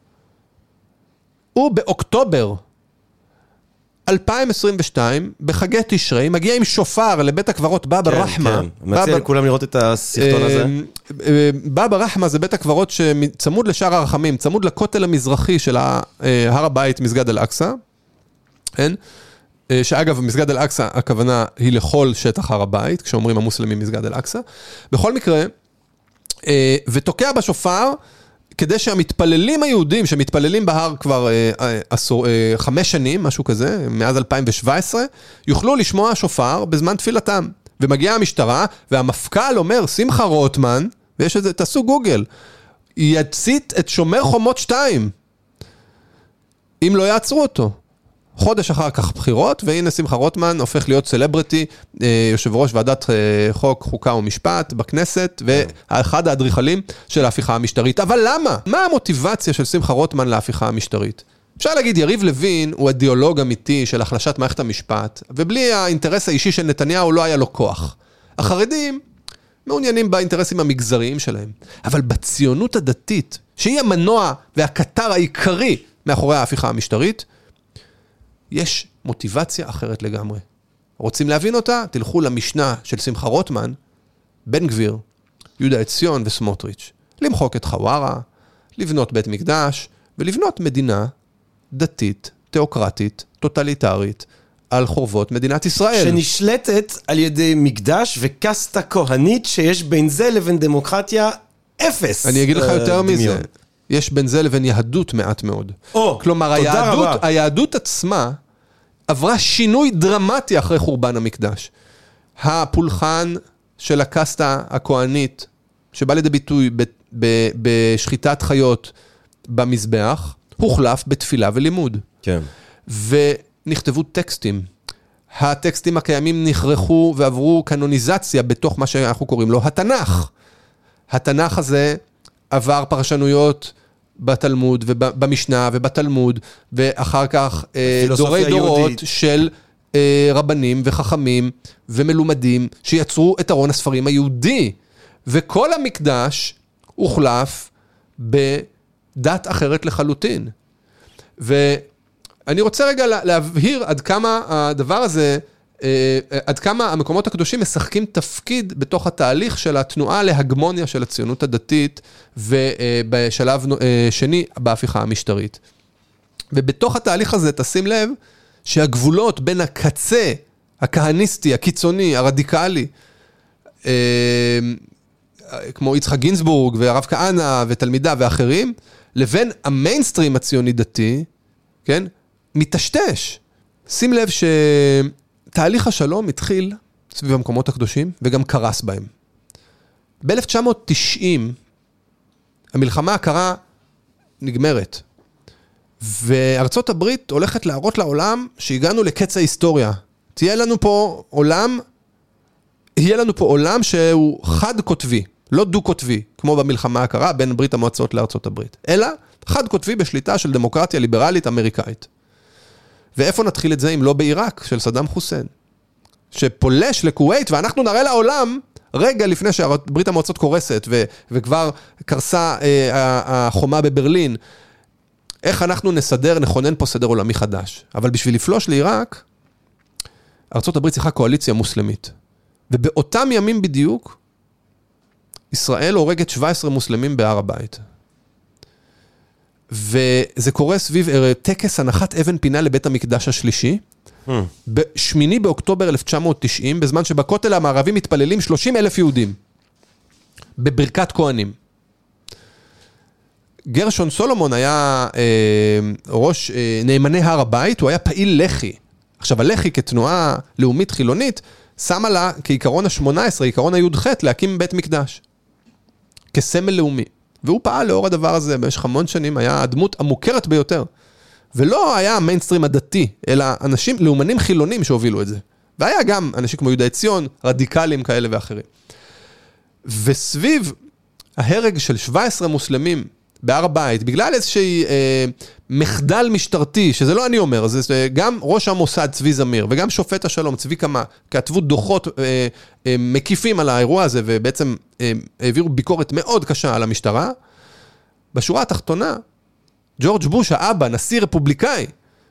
הוא באוקטובר אלפיים עשרים ושתיים, בחגי תשרי, מגיע עם שופר לבית הקברות בבא רחמה. כן, מציע לכולם לראות את הסרטון הזה. בבא רחמה זה בית הקברות שצמוד לשער הרחמים, צמוד לכותל המזרחי של הר הבית, מסגד אל-אקצא. שאגב, מסגד אל-אקצא, הכוונה היא לכל שטח הר הבית, כשאומרים המוסלמים מסגד אל-אקצא. בכל מקרה, ותוקע בשופר, כדי שהמתפללים היהודים, שמתפללים בהר כבר אה, עשור, אה, חמש שנים, משהו כזה, מאז אלפיים שבע עשרה, יוכלו לשמוע שופר בזמן תפילתם. ומגיעה המשטרה, והמפכ"ל אומר, שמחה רוטמן, ויש את זה, תעשו גוגל, יצית את שומר חומות שתיים, אם לא יעצרו אותו. חודש אחר כך בחירות, והנה שמחה רוטמן הופך להיות סלבריטי, יושב ראש ועדת חוק, חוקה ומשפט בכנסת, ואחד האדריכלים של ההפיכה המשטרית. אבל למה? מה המוטיבציה של שמחה רוטמן להפיכה המשטרית? אפשר להגיד, יריב לוין הוא אידיאולוג אמיתי של החלשת מערכת המשפט, ובלי האינטרס האישי של נתניהו לא היה לו כוח. החרדים מעוניינים באינטרסים המגזריים שלהם, אבל בציונות הדתית, שהיא המנוע והקטר העיקרי מאחורי ההפיכה המשטרית, יש מוטיבציה אחרת לגמרי. רוצים להבין אותה? תלכו למשנה של שמחה רוטמן, בן גביר, יהודה עציון וסמוטריץ'. למחוק את חווארה, לבנות בית מקדש, ולבנות מדינה דתית, תיאוקרטית, טוטליטרית, על חורבות מדינת ישראל. שנשלטת על ידי מקדש וקסטה כהנית, שיש בין זה לבין דמוקרטיה אפס. אני אגיד לך יותר מזה. יש בין זה לבין יהדות מעט מאוד. או, כלומר, היהדות, היהדות עצמה עברה שינוי דרמטי אחרי חורבן המקדש. הפולחן של הקסטה הכהנית, שבא לידי ביטוי ב- ב- בשחיטת חיות במזבח, הוחלף בתפילה ולימוד. כן. ונכתבו טקסטים. הטקסטים הקיימים נחרכו ועברו קנוניזציה בתוך מה שאנחנו קוראים לו התנ"ך. התנ"ך הזה עבר פרשנויות בתלמוד ובמשנה ובתלמוד, ואחר כך דורי דורות יהודית. של רבנים וחכמים ומלומדים שיצרו את ארון הספרים היהודי, וכל המקדש הוחלף בדת אחרת לחלוטין. ואני רוצה רגע להבהיר עד כמה הדבר הזה, עד כמה המקומות הקדושים משחקים תפקיד בתוך התהליך של התנועה להגמוניה של הציונות הדתית, ובשלב שני בהפיכה המשטרית. ובתוך התהליך הזה תשים לב שהגבולות בין הקצה הכהניסטי, הקיצוני, הרדיקלי, כמו יצחק גינזבורג והרב כהנא ותלמידה ואחרים, לבין המיינסטרים הציוני דתי, כן, מתשתש. שים לב ש... תהליך השלום התחיל סביב המקומות הקדושים, וגם קרס בהם. ב-אלף תשע מאות תשעים, המלחמה הקרה נגמרת, וארצות הברית הולכת להראות לעולם שהגענו לקץ ההיסטוריה. תהיה לנו פה עולם, יהיה לנו פה עולם שהוא חד-קוטבי, לא דו-קוטבי, כמו במלחמה הקרה בין ברית המועצות לארצות הברית, אלא חד-קוטבי בשליטה של דמוקרטיה ליברלית אמריקאית. ואיפה נתחיל את זה אם לא בעיראק של סדאם חוסיין, שפולש לכווית, ואנחנו נראה לעולם, רגע לפני שברית המועצות קורסת, ו- וכבר קרסה אה, החומה בברלין, איך אנחנו נסדר, נכונן פה סדר עולמי חדש. אבל בשביל לפלוש לעיראק, ארצות הברית צריכה קואליציה מוסלמית. ובאותם ימים בדיוק, ישראל הורגת שבעה עשר מוסלמים בהר הבית. וזה קורה סביב טקס הנחת אבן פינה לבית המקדש השלישי, בשמיני באוקטובר אלף תשע מאות תשעים, בזמן שבכותל המערבי מתפללים שלושים אלף יהודים, בברכת כהנים. גרשון סולומון היה אה, ראש אה, נאמני הר הבית, הוא היה פעיל לח"י. עכשיו, הלח"י כתנועה לאומית חילונית, שמה לה כעיקרון ה-שמונה עשרה, עיקרון ה-י"ח, להקים בית מקדש. כסמל לאומי. והוא פעל לאור הדבר הזה במשך המון שנים, היה הדמות המוכרת ביותר. ולא היה המיינסטרים הדתי, אלא אנשים לאומנים חילונים שהובילו את זה. והיה גם אנשים כמו יהודה ציון, רדיקלים כאלה ואחרים. וסביב ההרג של שבעה עשר מוסלמים בהר הבית, בגלל איזושהי אה, מחדל משטרתי, שזה לא אני אומר, זה גם ראש המוסד צבי זמיר, וגם שופט השלום צבי קמה, כתבו דוחות אה, אה, מקיפים על האירוע הזה, ובעצם אה, העבירו ביקורת מאוד קשה על המשטרה. בשורה התחתונה, ג'ורג' בוש, האבא, נשיא רפובליקאי,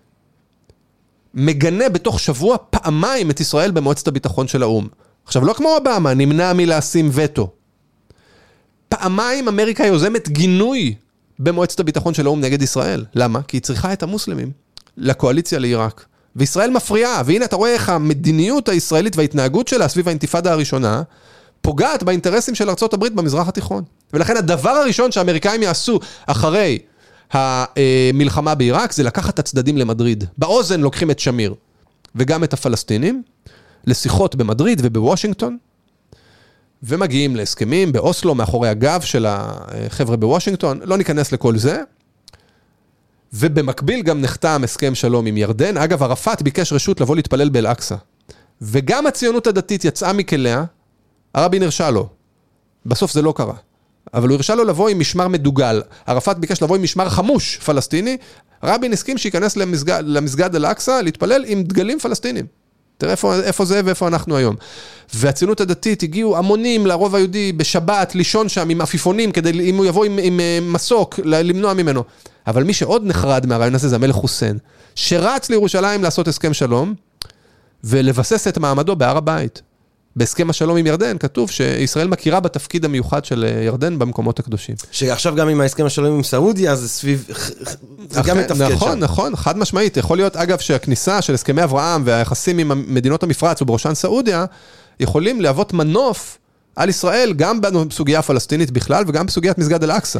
מגנה בתוך שבוע פעמיים את ישראל במועצת הביטחון של האום. עכשיו, לא כמו אובמה, נמנע מלשים וטו. פעמיים אמריקה יוזמת גינוי במועצת הביטחון של האום נגד ישראל. למה? כי היא צריכה את המוסלמים לקואליציה לעיראק. וישראל מפריעה, והנה אתה רואה איך המדיניות הישראלית וההתנהגות שלה סביב האינתיפאדה הראשונה, פוגעת באינטרסים של ארצות הברית במזרח התיכון. ולכן הדבר הראשון שהאמריקאים יעשו אחרי המלחמה בעיראק, זה לקחת את הצדדים למדריד. באוזן לוקחים את שמיר, וגם את הפלסטינים, לשיחות במדריד ובוושינגטון, ומגיעים להסכמים באוסלו, מאחורי הגב של החבר'ה בוושינגטון, לא ניכנס לכל זה, ובמקביל גם נחתם הסכם שלום עם ירדן. אגב, ערפאת ביקש רשות לבוא להתפלל באל-אקצא, וגם הציונות הדתית יצאה מכליה, הרבי נרשה לו, בסוף זה לא קרה, אבל הוא הרשה לו לבוא עם משמר מדוגל, ערפאת ביקש לבוא עם משמר חמוש פלסטיני, רבין הסכים שיכנס למסגד, למסגד אל-אקצא להתפלל עם דגלים פלסטינים. תראה איפה, איפה זה ואיפה אנחנו היום. והציונות הדתית הגיעו המונים לרוב היהודי בשבת, לישון שם עם עפיפונים, כדי אם הוא יבוא עם, עם מסוק, למנוע ממנו. אבל מי שעוד נחרד מהרעיון הזה זה המלך חוסיין, שרץ לירושלים לעשות הסכם שלום, ולבסס את מעמדו בהר הבית. בהסכם השלום עם ירדן כתוב שישראל מכירה בתפקיד המיוחד של ירדן במקומות הקדושים. שעכשיו גם עם ההסכם השלום עם סעודיה, זה סביב, זה גם מתפקד שם. נכון, נכון, חד משמעית. יכול להיות, אגב, שהכניסה של הסכמי אברהם והיחסים עם מדינות המפרץ ובראשן סעודיה, יכולים להוות מנוף על ישראל, גם בסוגיה הפלסטינית בכלל, וגם בסוגיית מסגד אל-אקצא.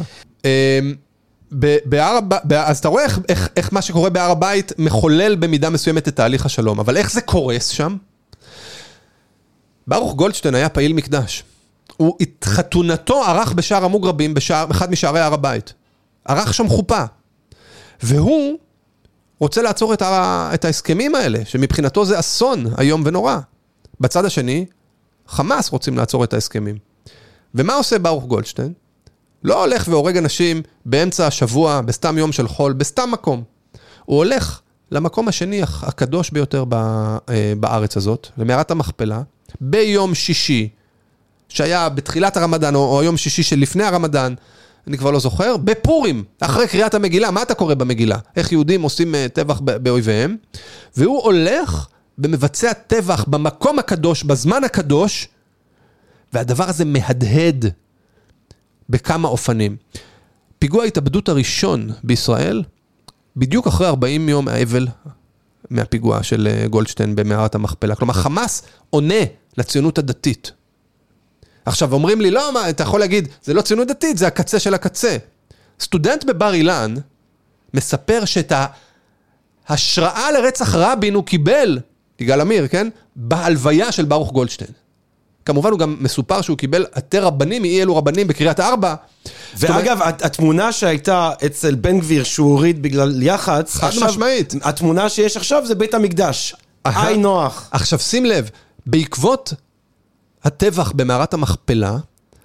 אז אתה רואה איך, איך, איך מה שקורה בהר הבית מחולל במידה מסוימת את תהליך השלום, אבל איך זה קורס שם? ברוך גולדשטיין היה פעיל מקדש. הוא, חתונתו ערך בשער המוגרבים, בשער, אחד משערי הר הבית. ערך שם חופה. והוא רוצה לעצור את, ה, את ההסכמים האלה, שמבחינתו זה אסון, היום ונורא. בצד השני, חמאס רוצים לעצור את ההסכמים. ומה עושה ברוך גולדשטיין? לא הולך והורג אנשים באמצע השבוע, בסתם יום של חול, בסתם מקום. הוא הולך למקום השני הקדוש ביותר בארץ הזאת, למערת המכפלה, ביום שישי, שהיה בתחילת הרמדאן, או היום שישי שלפני הרמדאן, אני כבר לא זוכר, בפורים, אחרי קריאת המגילה. מה אתה קורא במגילה? איך יהודים עושים טבח באויביהם, והוא הולך במבצע טבח במקום הקדוש, בזמן הקדוש, והדבר הזה מהדהד בכמה אופנים. פיגוע ההתאבדות הראשון בישראל, בדיוק אחרי ארבעים יום האבל מהפיגוע של גולדשטיין במערת המכפלה. כלומר, חמאס עונה לציונות הדתית. עכשיו, אומרים לי, לא, מה, אתה יכול להגיד, זה לא ציונות דתית, זה הקצה של הקצה. סטודנט בבר אילן מספר שאת ההשראה לרצח רבין הוא קיבל, יגאל עמיר, כן? בהלוויה של ברוך גולדשטיין. כמובן הוא גם מסופר שהוא קיבל עטר רבנים, מאי אלו רבנים בקריית ארבע. ואגב, התמונה שהייתה אצל בן גביר שהוא הוריד בגלל יח"צ, חד משמעית. התמונה שיש עכשיו זה בית המקדש. היי נוח. עכשיו שים לב, בעקבות הטבח במערת המכפלה,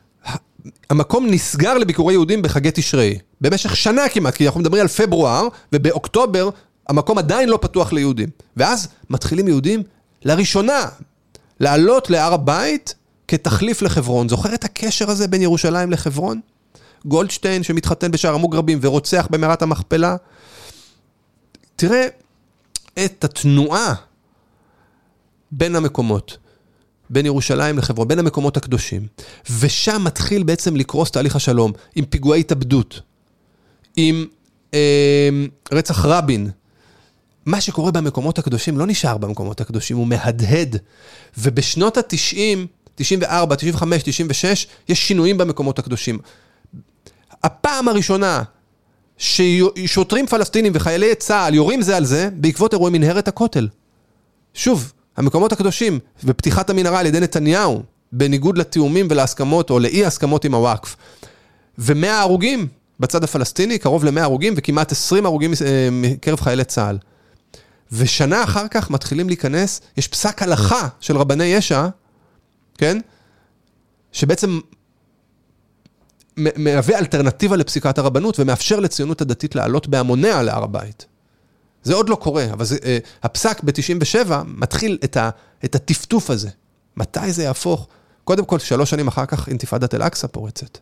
המקום נסגר לביקורי יהודים בחגי תשרי. במשך שנה כמעט, כי אנחנו מדברים על פברואר, ובאוקטובר המקום עדיין לא פתוח ליהודים. ואז מתחילים יהודים לראשונה לעלות להר הבית כתחליף לחברון. זוכר את הקשר הזה בין ירושלים לחברון? גולדשטיין שמתחתן בשער המוגרבים ורוצח במערת המכפלה. תראה את התנועה בין המקומות, בין ירושלים לחברון, בין המקומות הקדושים. ושם מתחיל בעצם לקרוס תהליך השלום, עם פיגועי התאבדות, עם אה, רצח רבין, מה שקורה במקומות הקדושים לא נשאר במקומות הקדושים, הוא מהדהד. ובשנות ה-תשעים, תשעים וארבע, תשעים וחמש, תשעים ושש, יש שינויים במקומות הקדושים. הפעם הראשונה ששוטרים פלסטינים וחיילי צה"ל יורים זה על זה, בעקבות אירועי מנהרת הכותל. שוב, המקומות הקדושים ופתיחת המנהרה על ידי נתניהו, בניגוד לתיאומים ולהסכמות או לאי הסכמות עם הוואקף. ומאה הרוגים בצד הפלסטיני, קרוב למאה הרוגים וכמעט עשרים הרוגים מקרב חיילי צה"ל. ושנה אחר כך מתחילים להיכנס, יש פסק הלכה של רבני ישע, כן? שבעצם מהווה אלטרנטיבה לפסיקת הרבנות ומאפשר לציונות הדתית לעלות בהמוניה להר הבית. זה עוד לא קורה, אבל זה, הפסק ב-תשעים ושבע מתחיל את, ה, את הטפטוף הזה. מתי זה יהפוך? קודם כל, שלוש שנים אחר כך, אינתיפאדת אל-אקצא פורצת.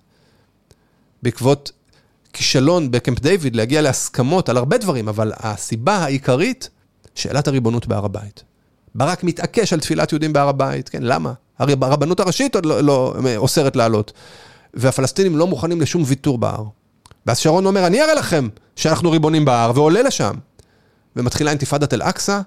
בעקבות כישלון בקמפ דיוויד, להגיע להסכמות על הרבה דברים, אבל הסיבה העיקרית, שאלת הריבונות בהר הבית. ברק מתעקש על תפילת יהודים בהר הבית, כן, למה? הרי הרבנות הראשית עוד לא, לא אוסרת לעלות, והפלסטינים לא מוכנים לשום ויתור בהר. ואז שרון אומר, אני אראה לכם שאנחנו ריבונים בהר, ועולה לשם. ומתחילה אינתיפאדת אל-אקצא,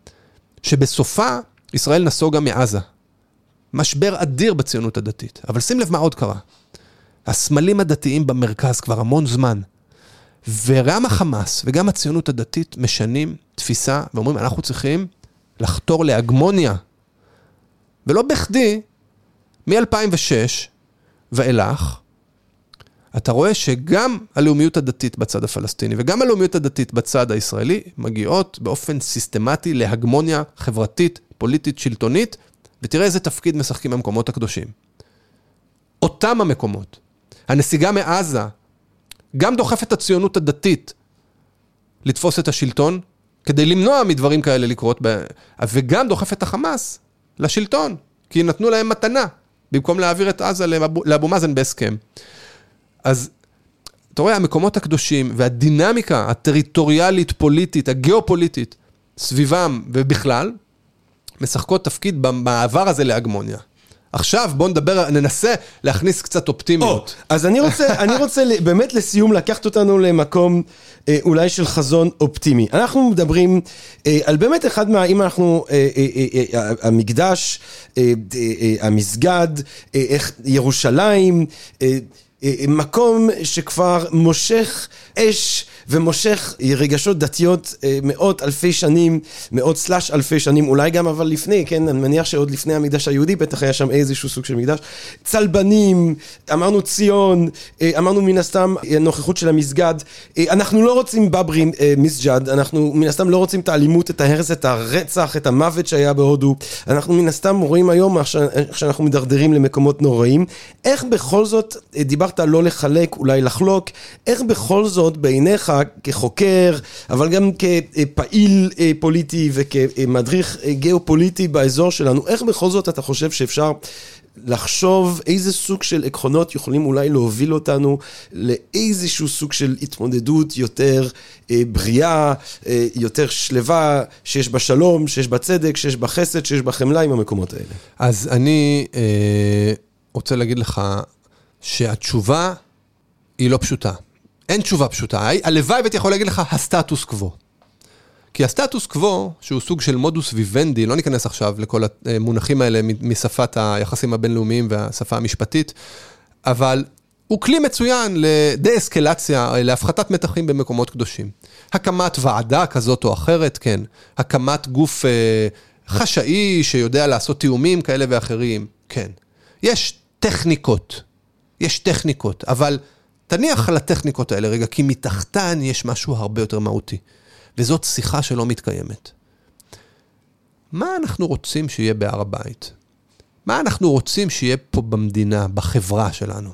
שבסופה ישראל נסוגה מעזה. משבר אדיר בציונות הדתית. אבל שים לב מה עוד קרה. הסמלים הדתיים במרכז כבר המון זמן, וגם החמאס וגם הציונות הדתית משנים תפיסה, ואומרים, אנחנו צריכים לחתור להגמוניה. ולא בכדי, מ-אלפיים ושש ואילך, אתה רואה שגם הלאומיות הדתית בצד הפלסטיני, וגם הלאומיות הדתית בצד הישראלי, מגיעות באופן סיסטמטי להגמוניה חברתית, פוליטית, שלטונית, ותראה איזה תפקיד משחקים במקומות הקדושים. אותם המקומות. הנסיגה מעזה, גם דוחפת את הציונות הדתית לתפוס את השלטון, כדי למנוע מדברים כאלה לקרות, ב... וגם דוחפת את החמאס לשלטון, כי נתנו להם מתנה, במקום להעביר את עזה לאבו מאזן בהסכם. אז אתה רואה, המקומות הקדושים והדינמיקה הטריטוריאלית, פוליטית, הגיאופוליטית, סביבם ובכלל, משחקות תפקיד במעבר הזה להגמוניה. עכשיו בואו נדבר, ננסה להכניס קצת אופטימיות. Oh, אז אני רוצה, אני רוצה באמת לסיום לקחת אותנו למקום אה, אולי של חזון אופטימי. אנחנו מדברים אה, על באמת אחד מה, אם אנחנו, אה, אה, אה, אה, המקדש, אה, אה, המסגד, אה, איך ירושלים, אה, אה, מקום שכבר מושך אש, ומושך רגשות דתיות מאות אלפי שנים, מאות סלש אלפי שנים, אולי גם אבל לפני, כן, אני מניח שעוד לפני המקדש היהודי, בטח היה שם איזשהו סוג של מקדש, צלבנים, אמרנו ציון, אמרנו מן הסתם נוכחות של המסגד, אנחנו לא רוצים בברי מסג'ד, אנחנו מן הסתם לא רוצים את האלימות, את ההרס, את הרצח, את המוות שהיה בהודו, אנחנו מן הסתם רואים היום שאנחנו מדרדרים למקומות נוראים, איך בכל זאת, דיברת לא לחלק, אולי לחלוק, איך בכל זאת בעיניך כחוקר, אבל גם כפעיל פוליטי וכמדריך גיאופוליטי באזור שלנו, איך בכל זאת אתה חושב שאפשר לחשוב איזה סוג של עקרונות יכולים אולי להוביל אותנו לאיזשהו סוג של התמודדות יותר בריאה, יותר שלווה, שיש בה שלום, שיש בה צדק, שיש בה חסד, שיש בה חמלה עם המקומות האלה? אז אני אה, רוצה להגיד לך שהתשובה היא לא פשוטה. אין תשובה פשוטה. הלוואי ואתה יכול להגיד לך הסטטוס קוו. כי הסטטוס קוו, שהוא סוג של מודוס ויבנדי, לא ניכנס עכשיו לכל המונחים האלה משפת היחסים הבינלאומיים והשפה המשפטית, אבל הוא כלי מצוין לדה-אסקלציה, להפחתת מתחים במקומות קדושים. הקמת ועדה כזאת או אחרת, כן. הקמת גוף חשאי שיודע לעשות תיאומים כאלה ואחרים, כן. יש טכניקות, יש טכניקות, אבל תניח על הטכניקות האלה רגע, כי מתחתן יש משהו הרבה יותר מהותי, וזאת שיחה שלא מתקיימת. מה אנחנו רוצים שיהיה בהר הבית? מה אנחנו רוצים שיהיה פה במדינה, בחברה שלנו?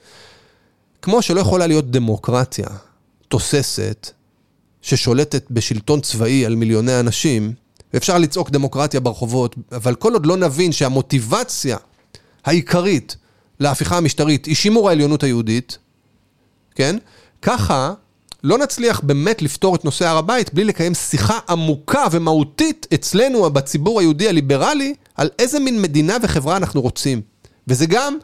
כמו שלא יכולה להיות דמוקרטיה תוססת, ששולטת בשלטון צבאי על מיליוני אנשים, ואפשר לצעוק דמוקרטיה ברחובות, אבל כל עוד לא נבין שהמוטיבציה העיקרית להפיכה המשטרית היא שימור העליונות היהודית, כן? ככה לא נצליח באמת לפתור את נושא הר הבית בלי לקיים שיחה עמוקה ומהותית אצלנו בציבור היהודי הליברלי על איזה מין מדינה וחברה אנחנו רוצים. וזה גם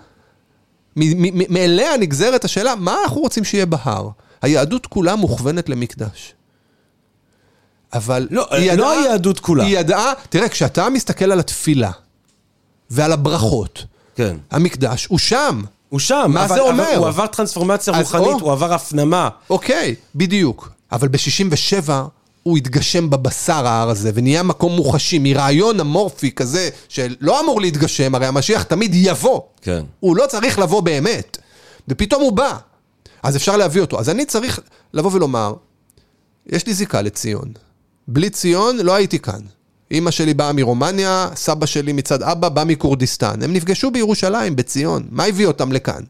מאליה נגזרת השאלה, מה אנחנו רוצים שיהיה בהר? היהדות כולה מוכוונת למקדש. אבל לא, היא לא ידעה, היהדות כולה. היא ידעה, תראה, כשאתה מסתכל על התפילה, ועל הברכות, כן. המקדש, הוא שם. הוא שם. מה אבל, זה אומר? אבל הוא עבר טרנספורמציה רוחנית, או, הוא עבר הפנמה. אוקיי, בדיוק. אבל ב-שישים ושבע הוא התגשם בבשר ההר הזה, ונהיה מקום מוחשי, מרעיון אמורפי כזה, שלא אמור להתגשם, הרי המשיח תמיד יבוא. כן. הוא לא צריך לבוא באמת. ופתאום הוא בא. אז אפשר להביא אותו. אז אני צריך לבוא ולומר, יש לי זיקה לציון. בלי ציון לא הייתי כאן. אמא שלי באה מרומניה, סבא שלי מצד אבא בא מקורדיסטן. הם נפגשו בירושלים, בציון. מה הביא אותם לכאן?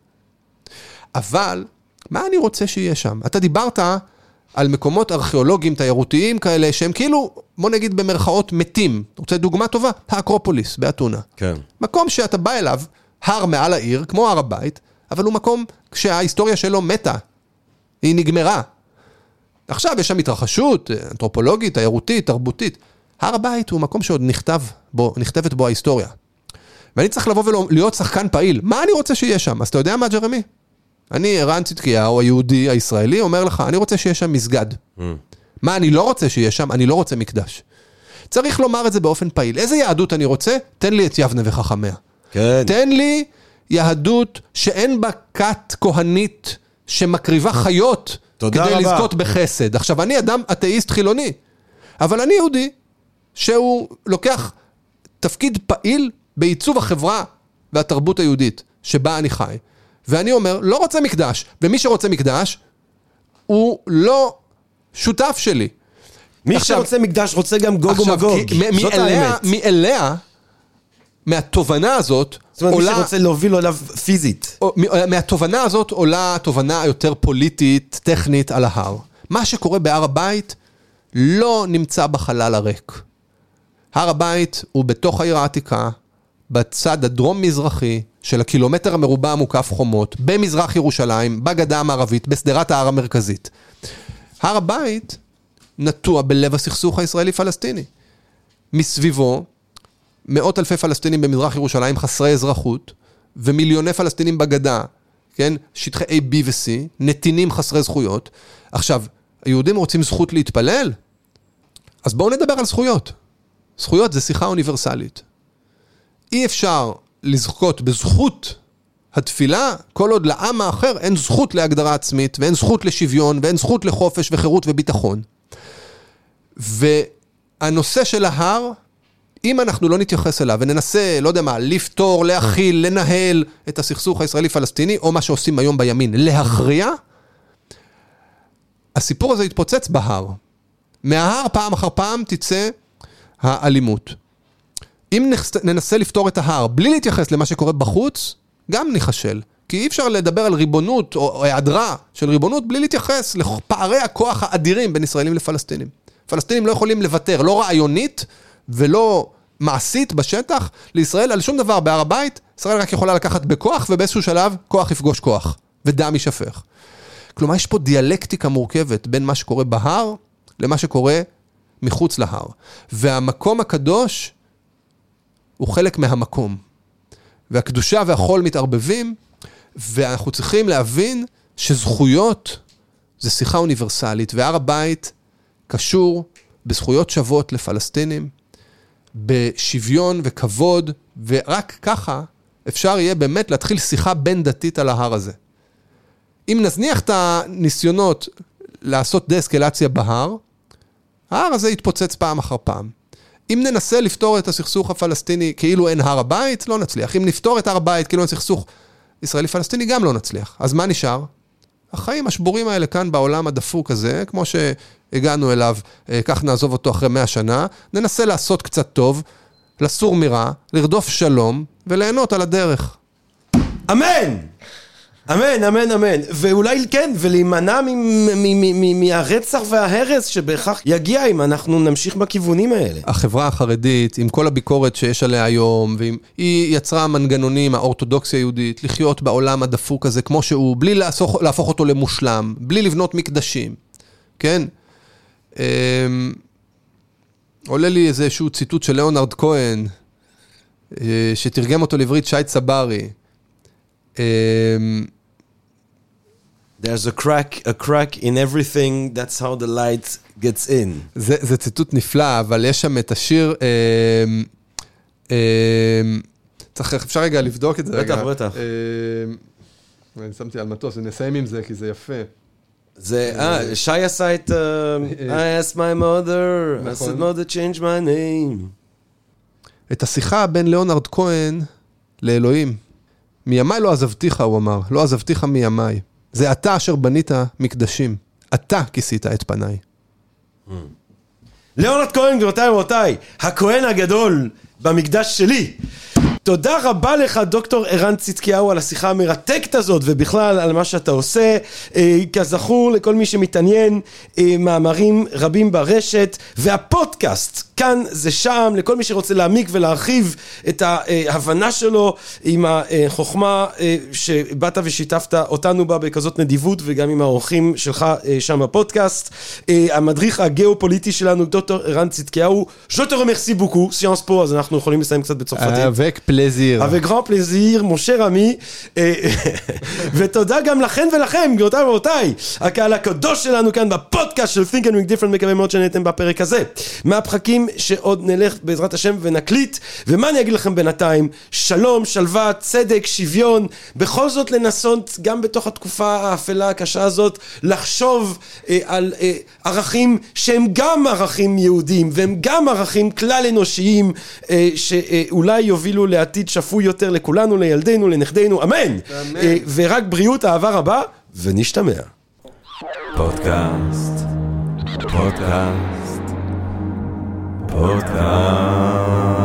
אבל, מה אני רוצה שיהיה שם? אתה דיברת על מקומות ארכיאולוגיים, תיירותיים כאלה, שהם כאילו, בוא נגיד במרכאות מתים. רוצה דוגמה טובה? האקרופוליס, באתונה. כן. מקום שאתה בא אליו, הר מעל העיר, כמו הר הבית, אבל הוא מקום שההיסטוריה שלו מתה. היא נגמרה. עכשיו יש שם התרחשות, אנתרופולוגית, תיירותית, תרבותית. הר הבית הוא מקום שעוד נכתב בו, נכתבת בו ההיסטוריה. ואני צריך לבוא ולהיות שחקן פעיל. מה אני רוצה שיהיה שם? אז אתה יודע מה, ג'רמי? אני, ערן צדקיהו, היהודי, הישראלי, אומר לך, אני רוצה שיהיה שם מסגד. Mm. מה אני לא רוצה שיהיה שם? אני לא רוצה מקדש. צריך לומר את זה באופן פעיל. איזה יהדות אני רוצה? תן לי את יבנה וחכמיה. כן. תן לי יהדות שאין בה כת כהנית שמקריבה חיות כדי רבה. לזכות בחסד. עכשיו, אני אדם אתאיסט חילוני, אבל אני יהודי שהוא לוקח תפקיד פעיל בעיצוב החברה והתרבות היהודית שבה אני חי. ואני אומר, לא רוצה מקדש, ומי שרוצה מקדש הוא לא שותף שלי. מי עכשיו, שרוצה מקדש רוצה גם גוג עכשיו, ומגוג. מ- זאת מאליה, האמת. מאליה, מהתובנה הזאת, זאת אומרת, עולה, מי שרוצה להוביל עליו פיזית. או- מ- מהתובנה הזאת עולה תובנה יותר פוליטית, טכנית על ההר. מה שקורה בהר הבית לא נמצא בחלל הריק. הר הבית הוא בתוך העיר העתיקה, בצד הדרום-מזרחי של הקילומטר המרובע מוקף חומות, במזרח ירושלים, בגדה המערבית, בסדרת ההר המרכזית. הר הבית נטוע בלב הסכסוך הישראלי-פלסטיני. מסביבו, מאות אלפי פלסטינים במזרח ירושלים חסרי אזרחות, ומיליוני פלסטינים בגדה, כן? שטחי A, B ו-C, נתינים חסרי זכויות. עכשיו, היהודים רוצים זכות להתפלל? אז בואו נדבר על זכויות. זכויות זה שיחה אוניברסלית. אי אפשר לזכות בזכות התפילה, כל עוד לעם האחר אין זכות להגדרה עצמית, ואין זכות לשוויון, ואין זכות לחופש וחירות וביטחון. והנושא של ההר, אם אנחנו לא נתייחס אליו, וננסה, לא יודע מה, לפתור, להכיל, לנהל את הסכסוך הישראלי-פלסטיני, או מה שעושים היום בימין, להכריע, הסיפור הזה יתפוצץ בהר. מההר פעם אחר פעם תצא האלימות. אם ננסה לפתור את ההר בלי להתייחס למה שקורה בחוץ, גם נחשל. כי אי אפשר לדבר על ריבונות או היעדרה של ריבונות בלי להתייחס לפערי הכוח האדירים בין ישראלים לפלסטינים. פלסטינים לא יכולים לוותר, לא רעיונית ולא מעשית בשטח, לישראל על שום דבר בהר הבית, ישראל רק יכולה לקחת בכוח, ובאיזשהו שלב כוח יפגוש כוח, ודם יישפך. כלומר, יש פה דיאלקטיקה מורכבת בין מה שקורה בהר למה שקורה מחוץ להר. והמקום הקדוש הוא חלק מהמקום. והקדושה והחול מתערבבים, ואנחנו צריכים להבין שזכויות זה שיחה אוניברסלית, והר הבית קשור בזכויות שוות לפלסטינים, בשוויון וכבוד, ורק ככה אפשר יהיה באמת להתחיל שיחה בין דתית על ההר הזה. אם נזניח את הניסיונות לעשות דה-אסקלציה בהר, ההר הזה יתפוצץ פעם אחר פעם. אם ננסה לפתור את הסכסוך הפלסטיני כאילו אין הר הבית, לא נצליח. אם נפתור את הר הבית כאילו אין סכסוך ישראלי-פלסטיני, גם לא נצליח. אז מה נשאר? החיים השבורים האלה כאן בעולם הדפוק הזה, כמו שהגענו אליו, כך נעזוב אותו אחרי מאה שנה, ננסה לעשות קצת טוב, לסור מרע, לרדוף שלום, וליהנות על הדרך. אמן! אמן, אמן, אמן. ואולי כן, ולהימנע מהרצח וההרס שבהכרח יגיע אם אנחנו נמשיך בכיוונים האלה. החברה החרדית, עם כל הביקורת שיש עליה היום, היא יצרה מנגנונים, האורתודוקסיה היהודית, לחיות בעולם הדפוק הזה כמו שהוא, בלי להפוך, להפוך אותו למושלם, בלי לבנות מקדשים. כן? עולה לי איזשהו ציטוט של ליאונרד כהן, שתרגם אותו לעברית שי צברי. There's a crack, a crack in everything, that's how the light gets in. זה, זה ציטוט נפלא, אבל יש שם את השיר, אה, אה, צריך, אפשר רגע לבדוק את זה בטח, רגע. בטח. אה, אני שמתי על מטוס, ונסיים עם זה, כי זה יפה. זה, אה, שי עשה את, I asked my mother, I said mother change my name. את השיחה בין ליאונרד כהן לאלוהים. מימי לא עזבתיך, הוא אמר, לא עזבתיך מימי. זה אתה אשר בנית מקדשים. אתה כיסית את פניי. ליאונרד כהן, גבירותיי ורבותיי, הכהן הגדול במקדש שלי. תודה רבה לך, דוקטור ערן צדקיהו, על השיחה המרתקת הזאת, ובכלל על מה שאתה עושה. כזכור לכל מי שמתעניין, מאמרים רבים ברשת, והפודקאסט, כאן זה שם, לכל מי שרוצה להעמיק ולהרחיב את ההבנה שלו, עם החוכמה שבאת ושיתפת אותנו בה בכזאת נדיבות, וגם עם האורחים שלך שם בפודקאסט. המדריך הגיאופוליטי שלנו, דוקטור ערן צדקיהו, je te remercie beaucoup, סיאנס פה, אז אנחנו יכולים לסיים קצת בצרפתית. avec plaisir. avec grand plaisir, mon cher ami. ותודה גם לכן ולכם, גבירותיי ורבותיי, הקהל הקדוש שלנו כאן בפודקאסט של Think and Ring Different, מקווה מאוד שנהנתם בפרק הזה. מהפחקים שעוד נלך בעזרת השם ונקליט, ומה אני אגיד לכם בינתיים? שלום, שלווה, צדק, שוויון, בכל זאת לנסות גם בתוך התקופה האפלה הקשה הזאת, לחשוב אה, על אה, ערכים שהם גם ערכים יהודיים, והם גם ערכים כלל אנושיים, אה, שאולי יובילו לעתיד שפוי יותר לכולנו, לילדינו, לנכדינו, אמן. אמן. אה, ורק בריאות, אהבה רבה, ונשתמע. פודקאסט, פודקאסט, פודקאסט.